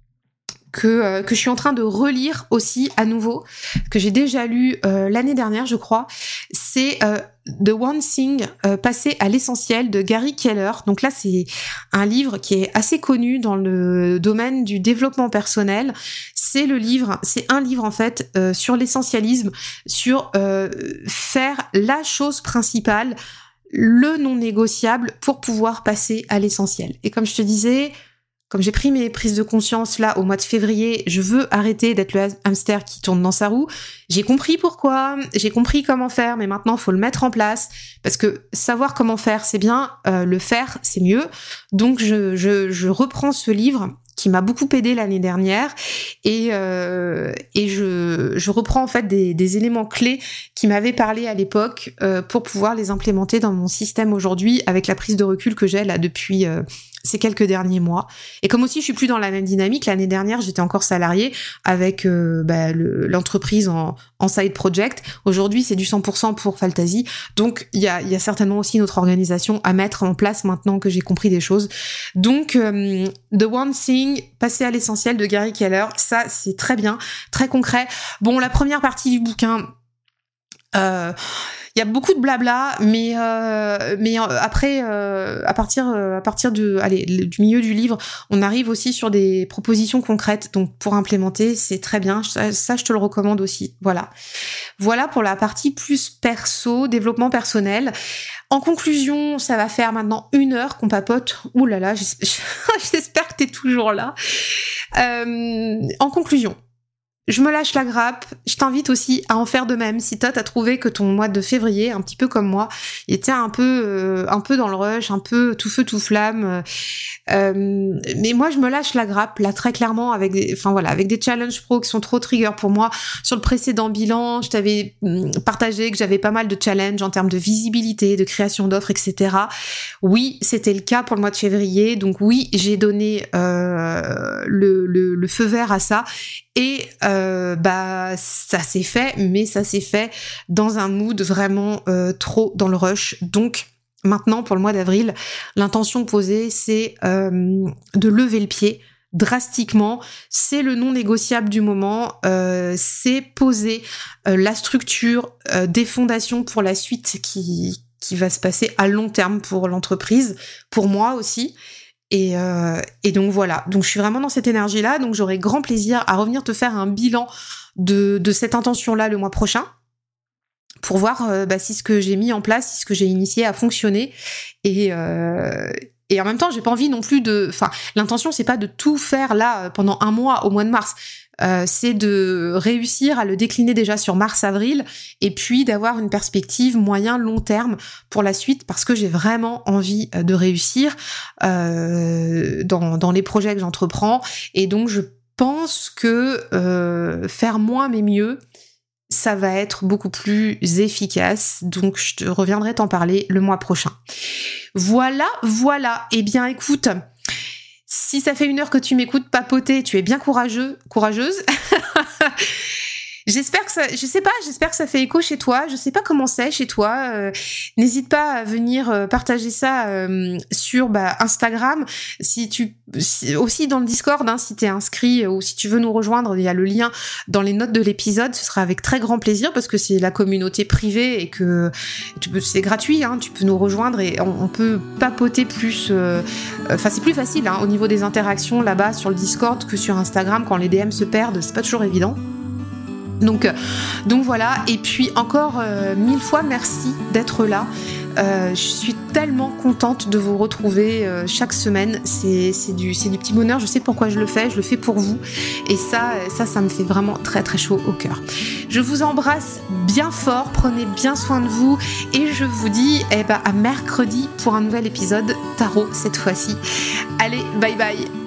que je suis en train de relire aussi à nouveau, que j'ai déjà lu l'année dernière, je crois. C'est The One Thing, passer à l'essentiel de Gary Keller. Donc là, c'est un livre qui est assez connu dans le domaine du développement personnel. C'est un livre en fait sur l'essentialisme, sur faire la chose principale, le non négociable pour pouvoir passer à l'essentiel. Et comme je te disais, comme j'ai pris mes prises de conscience là au mois de février, je veux arrêter d'être le hamster qui tourne dans sa roue. J'ai compris pourquoi, j'ai compris comment faire, mais maintenant faut le mettre en place parce que savoir comment faire c'est bien, le faire c'est mieux. Donc je reprends ce livre qui m'a beaucoup aidé l'année dernière et je reprends en fait des éléments clés qui m'avaient parlé à l'époque pour pouvoir les implémenter dans mon système aujourd'hui avec la prise de recul que j'ai là depuis ces quelques derniers mois. Et comme aussi je suis plus dans la même dynamique, l'année dernière j'étais encore salariée avec l'entreprise en side project. Aujourd'hui c'est du 100% pour Fantasy. Donc il y a certainement aussi notre organisation à mettre en place maintenant que j'ai compris des choses. Donc The One Thing, passer à l'essentiel de Gary Keller, ça c'est très bien, très concret. Bon, la première partie du bouquin, il y a beaucoup de blabla, mais après, à partir du milieu du livre, on arrive aussi sur des propositions concrètes. Donc pour implémenter, c'est très bien. Ça, je te le recommande aussi. Voilà pour la partie plus perso, développement personnel. En conclusion, ça va faire maintenant 1 heure qu'on papote. Ouh là là, j'espère que t'es toujours là. En conclusion, je me lâche la grappe, je t'invite aussi à en faire de même. Si toi t'as trouvé que ton mois de février, un petit peu comme moi, il était un peu dans le rush, un peu tout feu tout flamme. Mais moi je me lâche la grappe là très clairement avec des challenges pro qui sont trop trigger pour moi. Sur le précédent bilan, je t'avais partagé que j'avais pas mal de challenges en termes de visibilité, de création d'offres, etc. Oui, c'était le cas pour le mois de février, donc oui, j'ai donné le feu vert à ça. Et ça s'est fait, mais ça s'est fait dans un mood vraiment trop dans le rush. Donc maintenant, pour le mois d'avril, l'intention posée, c'est de lever le pied drastiquement. C'est le non négociable du moment. C'est poser la structure des fondations pour la suite qui qui va se passer à long terme pour l'entreprise, pour moi aussi. Et donc voilà, donc je suis vraiment dans cette énergie-là, donc j'aurai grand plaisir à revenir te faire un bilan de cette intention-là le mois prochain, pour voir si ce que j'ai mis en place, si ce que j'ai initié a fonctionné. Et en même temps, j'ai pas envie non plus l'intention, c'est pas de tout faire là pendant un mois au mois de mars. C'est de réussir à le décliner déjà sur mars-avril et puis d'avoir une perspective moyen-long terme pour la suite, parce que j'ai vraiment envie de réussir dans les projets que j'entreprends. Et donc, je pense que faire moins mais mieux, ça va être beaucoup plus efficace. Donc, je te reviendrai t'en parler le mois prochain. Voilà. Eh bien, écoute, si ça fait 1 heure que tu m'écoutes papoter, tu es bien courageuse. J'espère que ça fait écho chez toi. Je sais pas comment c'est chez toi. N'hésite pas à venir partager ça sur Instagram. Aussi dans le Discord, si t'es inscrit ou si tu veux nous rejoindre, il y a le lien dans les notes de l'épisode. Ce sera avec très grand plaisir parce que c'est la communauté privée et que c'est gratuit. Tu peux nous rejoindre et on peut papoter plus. C'est plus facile au niveau des interactions là-bas sur le Discord que sur Instagram quand les DM se perdent. C'est pas toujours évident. Donc voilà, et puis encore 1000 fois merci d'être là. Je suis tellement contente de vous retrouver chaque semaine. C'est du petit bonheur. Je sais pourquoi je le fais pour vous. Et ça me fait vraiment très très chaud au cœur. Je vous embrasse bien fort, prenez bien soin de vous et je vous dis à mercredi pour un nouvel épisode tarot cette fois-ci. Allez, bye bye.